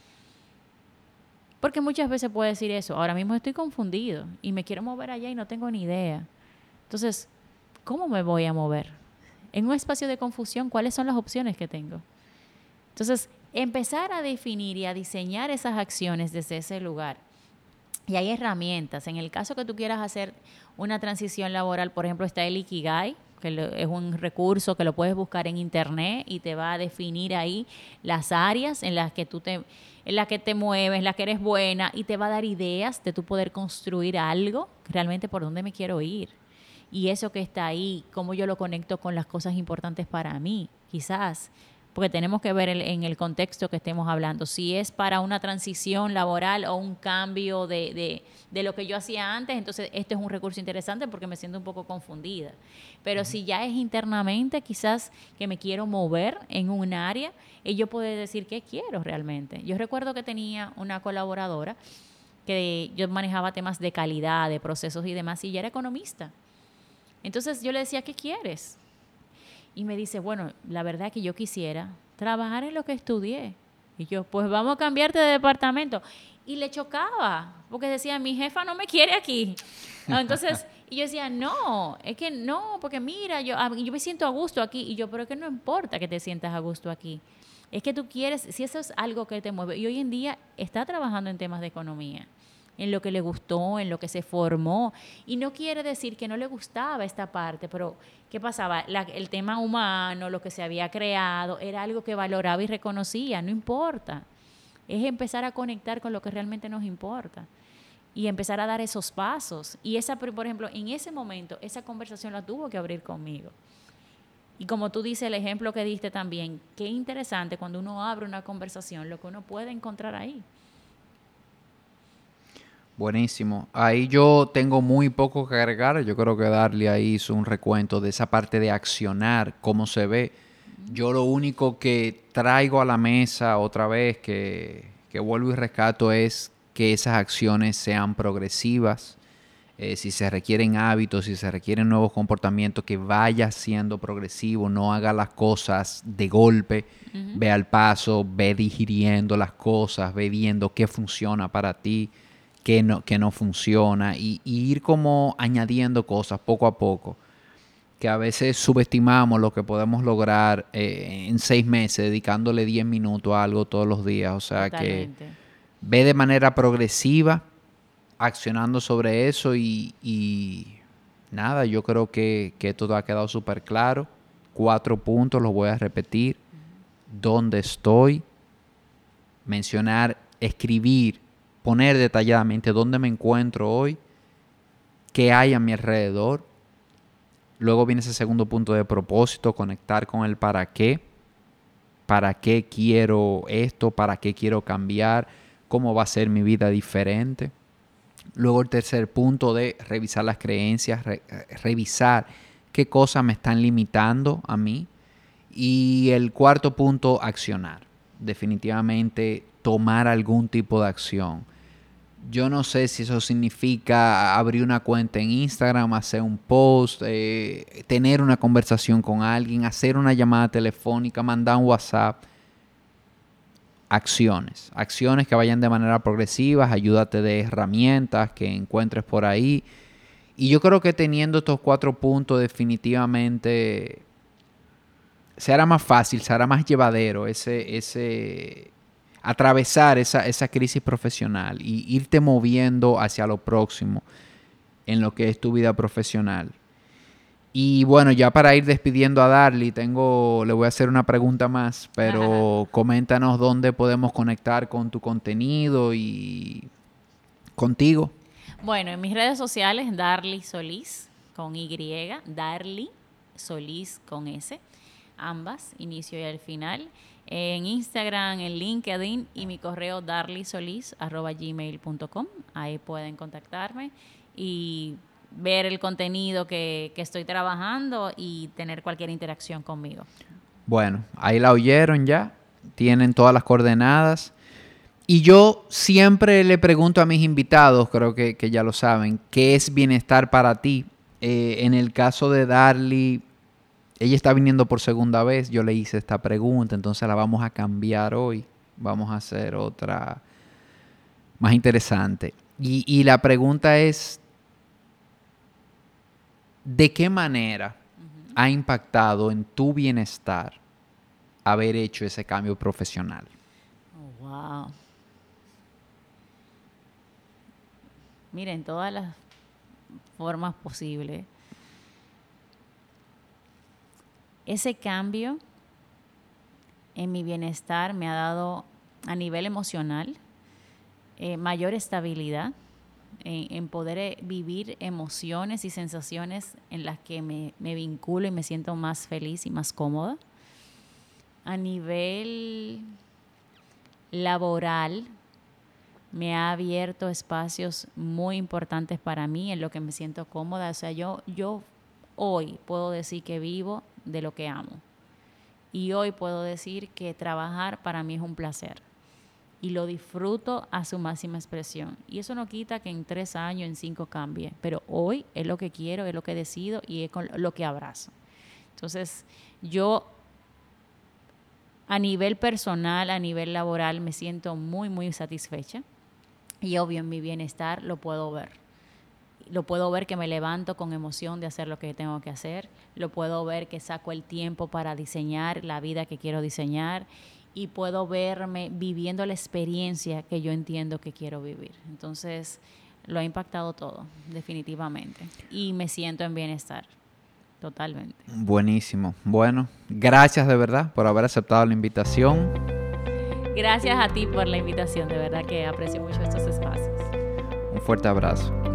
Porque muchas veces puedo decir eso, ahora mismo estoy confundido y me quiero mover allá y no tengo ni idea. Entonces, ¿cómo me voy a mover? En un espacio de confusión, ¿cuáles son las opciones que tengo? Entonces, empezar a definir y a diseñar esas acciones desde ese lugar. Y hay herramientas. En el caso que tú quieras hacer una transición laboral, por ejemplo, está el Ikigai, que es un recurso que lo puedes buscar en internet y te va a definir ahí las áreas en las que tú te, en las que te mueves, en las que eres buena, y te va a dar ideas de tú poder construir algo, realmente por dónde me quiero ir. Y eso que está ahí, cómo yo lo conecto con las cosas importantes para mí, quizás. Porque tenemos que ver el, en el contexto que estemos hablando. Si es para una transición laboral o un cambio de, de, de lo que yo hacía antes, entonces este es un recurso interesante porque me siento un poco confundida. Pero uh-huh. si ya es internamente, quizás que me quiero mover en un área, y yo puedo decir qué quiero realmente. Yo recuerdo que tenía una colaboradora que yo manejaba temas de calidad, de procesos y demás, y ella era economista. Entonces yo le decía, ¿qué quieres? Y me dice, bueno, la verdad es que yo quisiera trabajar en lo que estudié. Y yo, pues vamos a cambiarte de departamento. Y le chocaba, porque decía, mi jefa no me quiere aquí. ¿No? Entonces, y yo decía, no, es que no, porque mira, yo, yo me siento a gusto aquí. Y yo, pero es que no importa que te sientas a gusto aquí. Es que tú quieres, si eso es algo que te mueve. Y hoy en día está trabajando en temas de economía, en lo que le gustó, en lo que se formó. Y no quiere decir que no le gustaba esta parte, pero ¿qué pasaba? La, el tema humano, lo que se había creado, era algo que valoraba y reconocía, no importa. Es empezar a conectar con lo que realmente nos importa y empezar a dar esos pasos. Y esa, por ejemplo, en ese momento, esa conversación la tuvo que abrir conmigo. Y como tú dices, el ejemplo que diste también, qué interesante cuando uno abre una conversación, lo que uno puede encontrar ahí. Buenísimo. Ahí yo tengo muy poco que agregar. Yo creo que Darly ahí hizo un recuento de esa parte de accionar, cómo se ve. Yo lo único que traigo a la mesa otra vez, que, que vuelvo y rescato, es que esas acciones sean progresivas. Eh, si se requieren hábitos, si se requieren nuevos comportamientos, que vaya siendo progresivo, no haga las cosas de golpe. Uh-huh. Ve al paso, ve digiriendo las cosas, ve viendo qué funciona para ti, que no, que no funciona, y, y ir como añadiendo cosas poco a poco, que a veces subestimamos lo que podemos lograr eh, en seis meses, dedicándole diez minutos a algo todos los días. O sea, totalmente. Que ve de manera progresiva, accionando sobre eso y, y nada, yo creo que, que todo ha quedado súper claro. Cuatro puntos, los voy a repetir. Uh-huh. ¿Dónde estoy? Mencionar, escribir, poner detalladamente dónde me encuentro hoy, qué hay a mi alrededor. Luego viene ese segundo punto de propósito, conectar con el para qué. ¿Para qué quiero esto? ¿Para qué quiero cambiar? ¿Cómo va a ser mi vida diferente? Luego el tercer punto de revisar las creencias, re- revisar qué cosas me están limitando a mí. Y el cuarto punto, accionar. Definitivamente tomar algún tipo de acción. Yo no sé si eso significa abrir una cuenta en Instagram, hacer un post, eh, tener una conversación con alguien, hacer una llamada telefónica, mandar un WhatsApp. Acciones. Acciones que vayan de manera progresiva, ayúdate de herramientas que encuentres por ahí. Y yo creo que teniendo estos cuatro puntos definitivamente será más fácil, será más llevadero ese, ese atravesar esa, esa crisis profesional y irte moviendo hacia lo próximo en lo que es tu vida profesional. Y bueno, ya para ir despidiendo a Darly, tengo, le voy a hacer una pregunta más, pero Ajá. coméntanos dónde podemos conectar con tu contenido y contigo. Bueno, en mis redes sociales, Darly Solís con Y, Darly Solís con S, ambas, inicio y al final. En Instagram, en LinkedIn y mi correo darlysolis arroba gmail punto com. Ahí pueden contactarme y ver el contenido que, que estoy trabajando y tener cualquier interacción conmigo. Bueno, ahí la oyeron ya, tienen todas las coordenadas. Y yo siempre le pregunto a mis invitados, creo que, que ya lo saben, ¿qué es bienestar para ti? Eh, en el caso de Darly, ella está viniendo por segunda vez, yo le hice esta pregunta, entonces la vamos a cambiar hoy. Vamos a hacer otra más interesante. Y, y la pregunta es, ¿de qué manera uh-huh. ha impactado en tu bienestar haber hecho ese cambio profesional? Oh, wow. Miren, todas las formas posibles. Ese cambio en mi bienestar me ha dado a nivel emocional eh, mayor estabilidad en, en poder eh, vivir emociones y sensaciones en las que me, me vinculo y me siento más feliz y más cómoda. A nivel laboral me ha abierto espacios muy importantes para mí en lo que me siento cómoda. O sea, yo, yo hoy puedo decir que vivo de lo que amo. Y hoy puedo decir que trabajar para mí es un placer. Y lo disfruto a su máxima expresión. Y eso no quita que en tres años, en cinco cambie. Pero hoy es lo que quiero, es lo que decido y es con lo que abrazo. Entonces, yo a nivel personal, a nivel laboral, me siento muy, muy satisfecha. Y obvio, en mi bienestar lo puedo ver. Lo puedo ver que me levanto con emoción de hacer lo que tengo que hacer. Lo puedo ver que saco el tiempo para diseñar la vida que quiero diseñar. Y puedo verme viviendo la experiencia que yo entiendo que quiero vivir. Entonces, lo ha impactado todo, definitivamente. Y me siento en bienestar, totalmente. Buenísimo. Bueno, gracias de verdad por haber aceptado la invitación. Gracias a ti por la invitación. De verdad que aprecio mucho estos espacios. Un fuerte abrazo.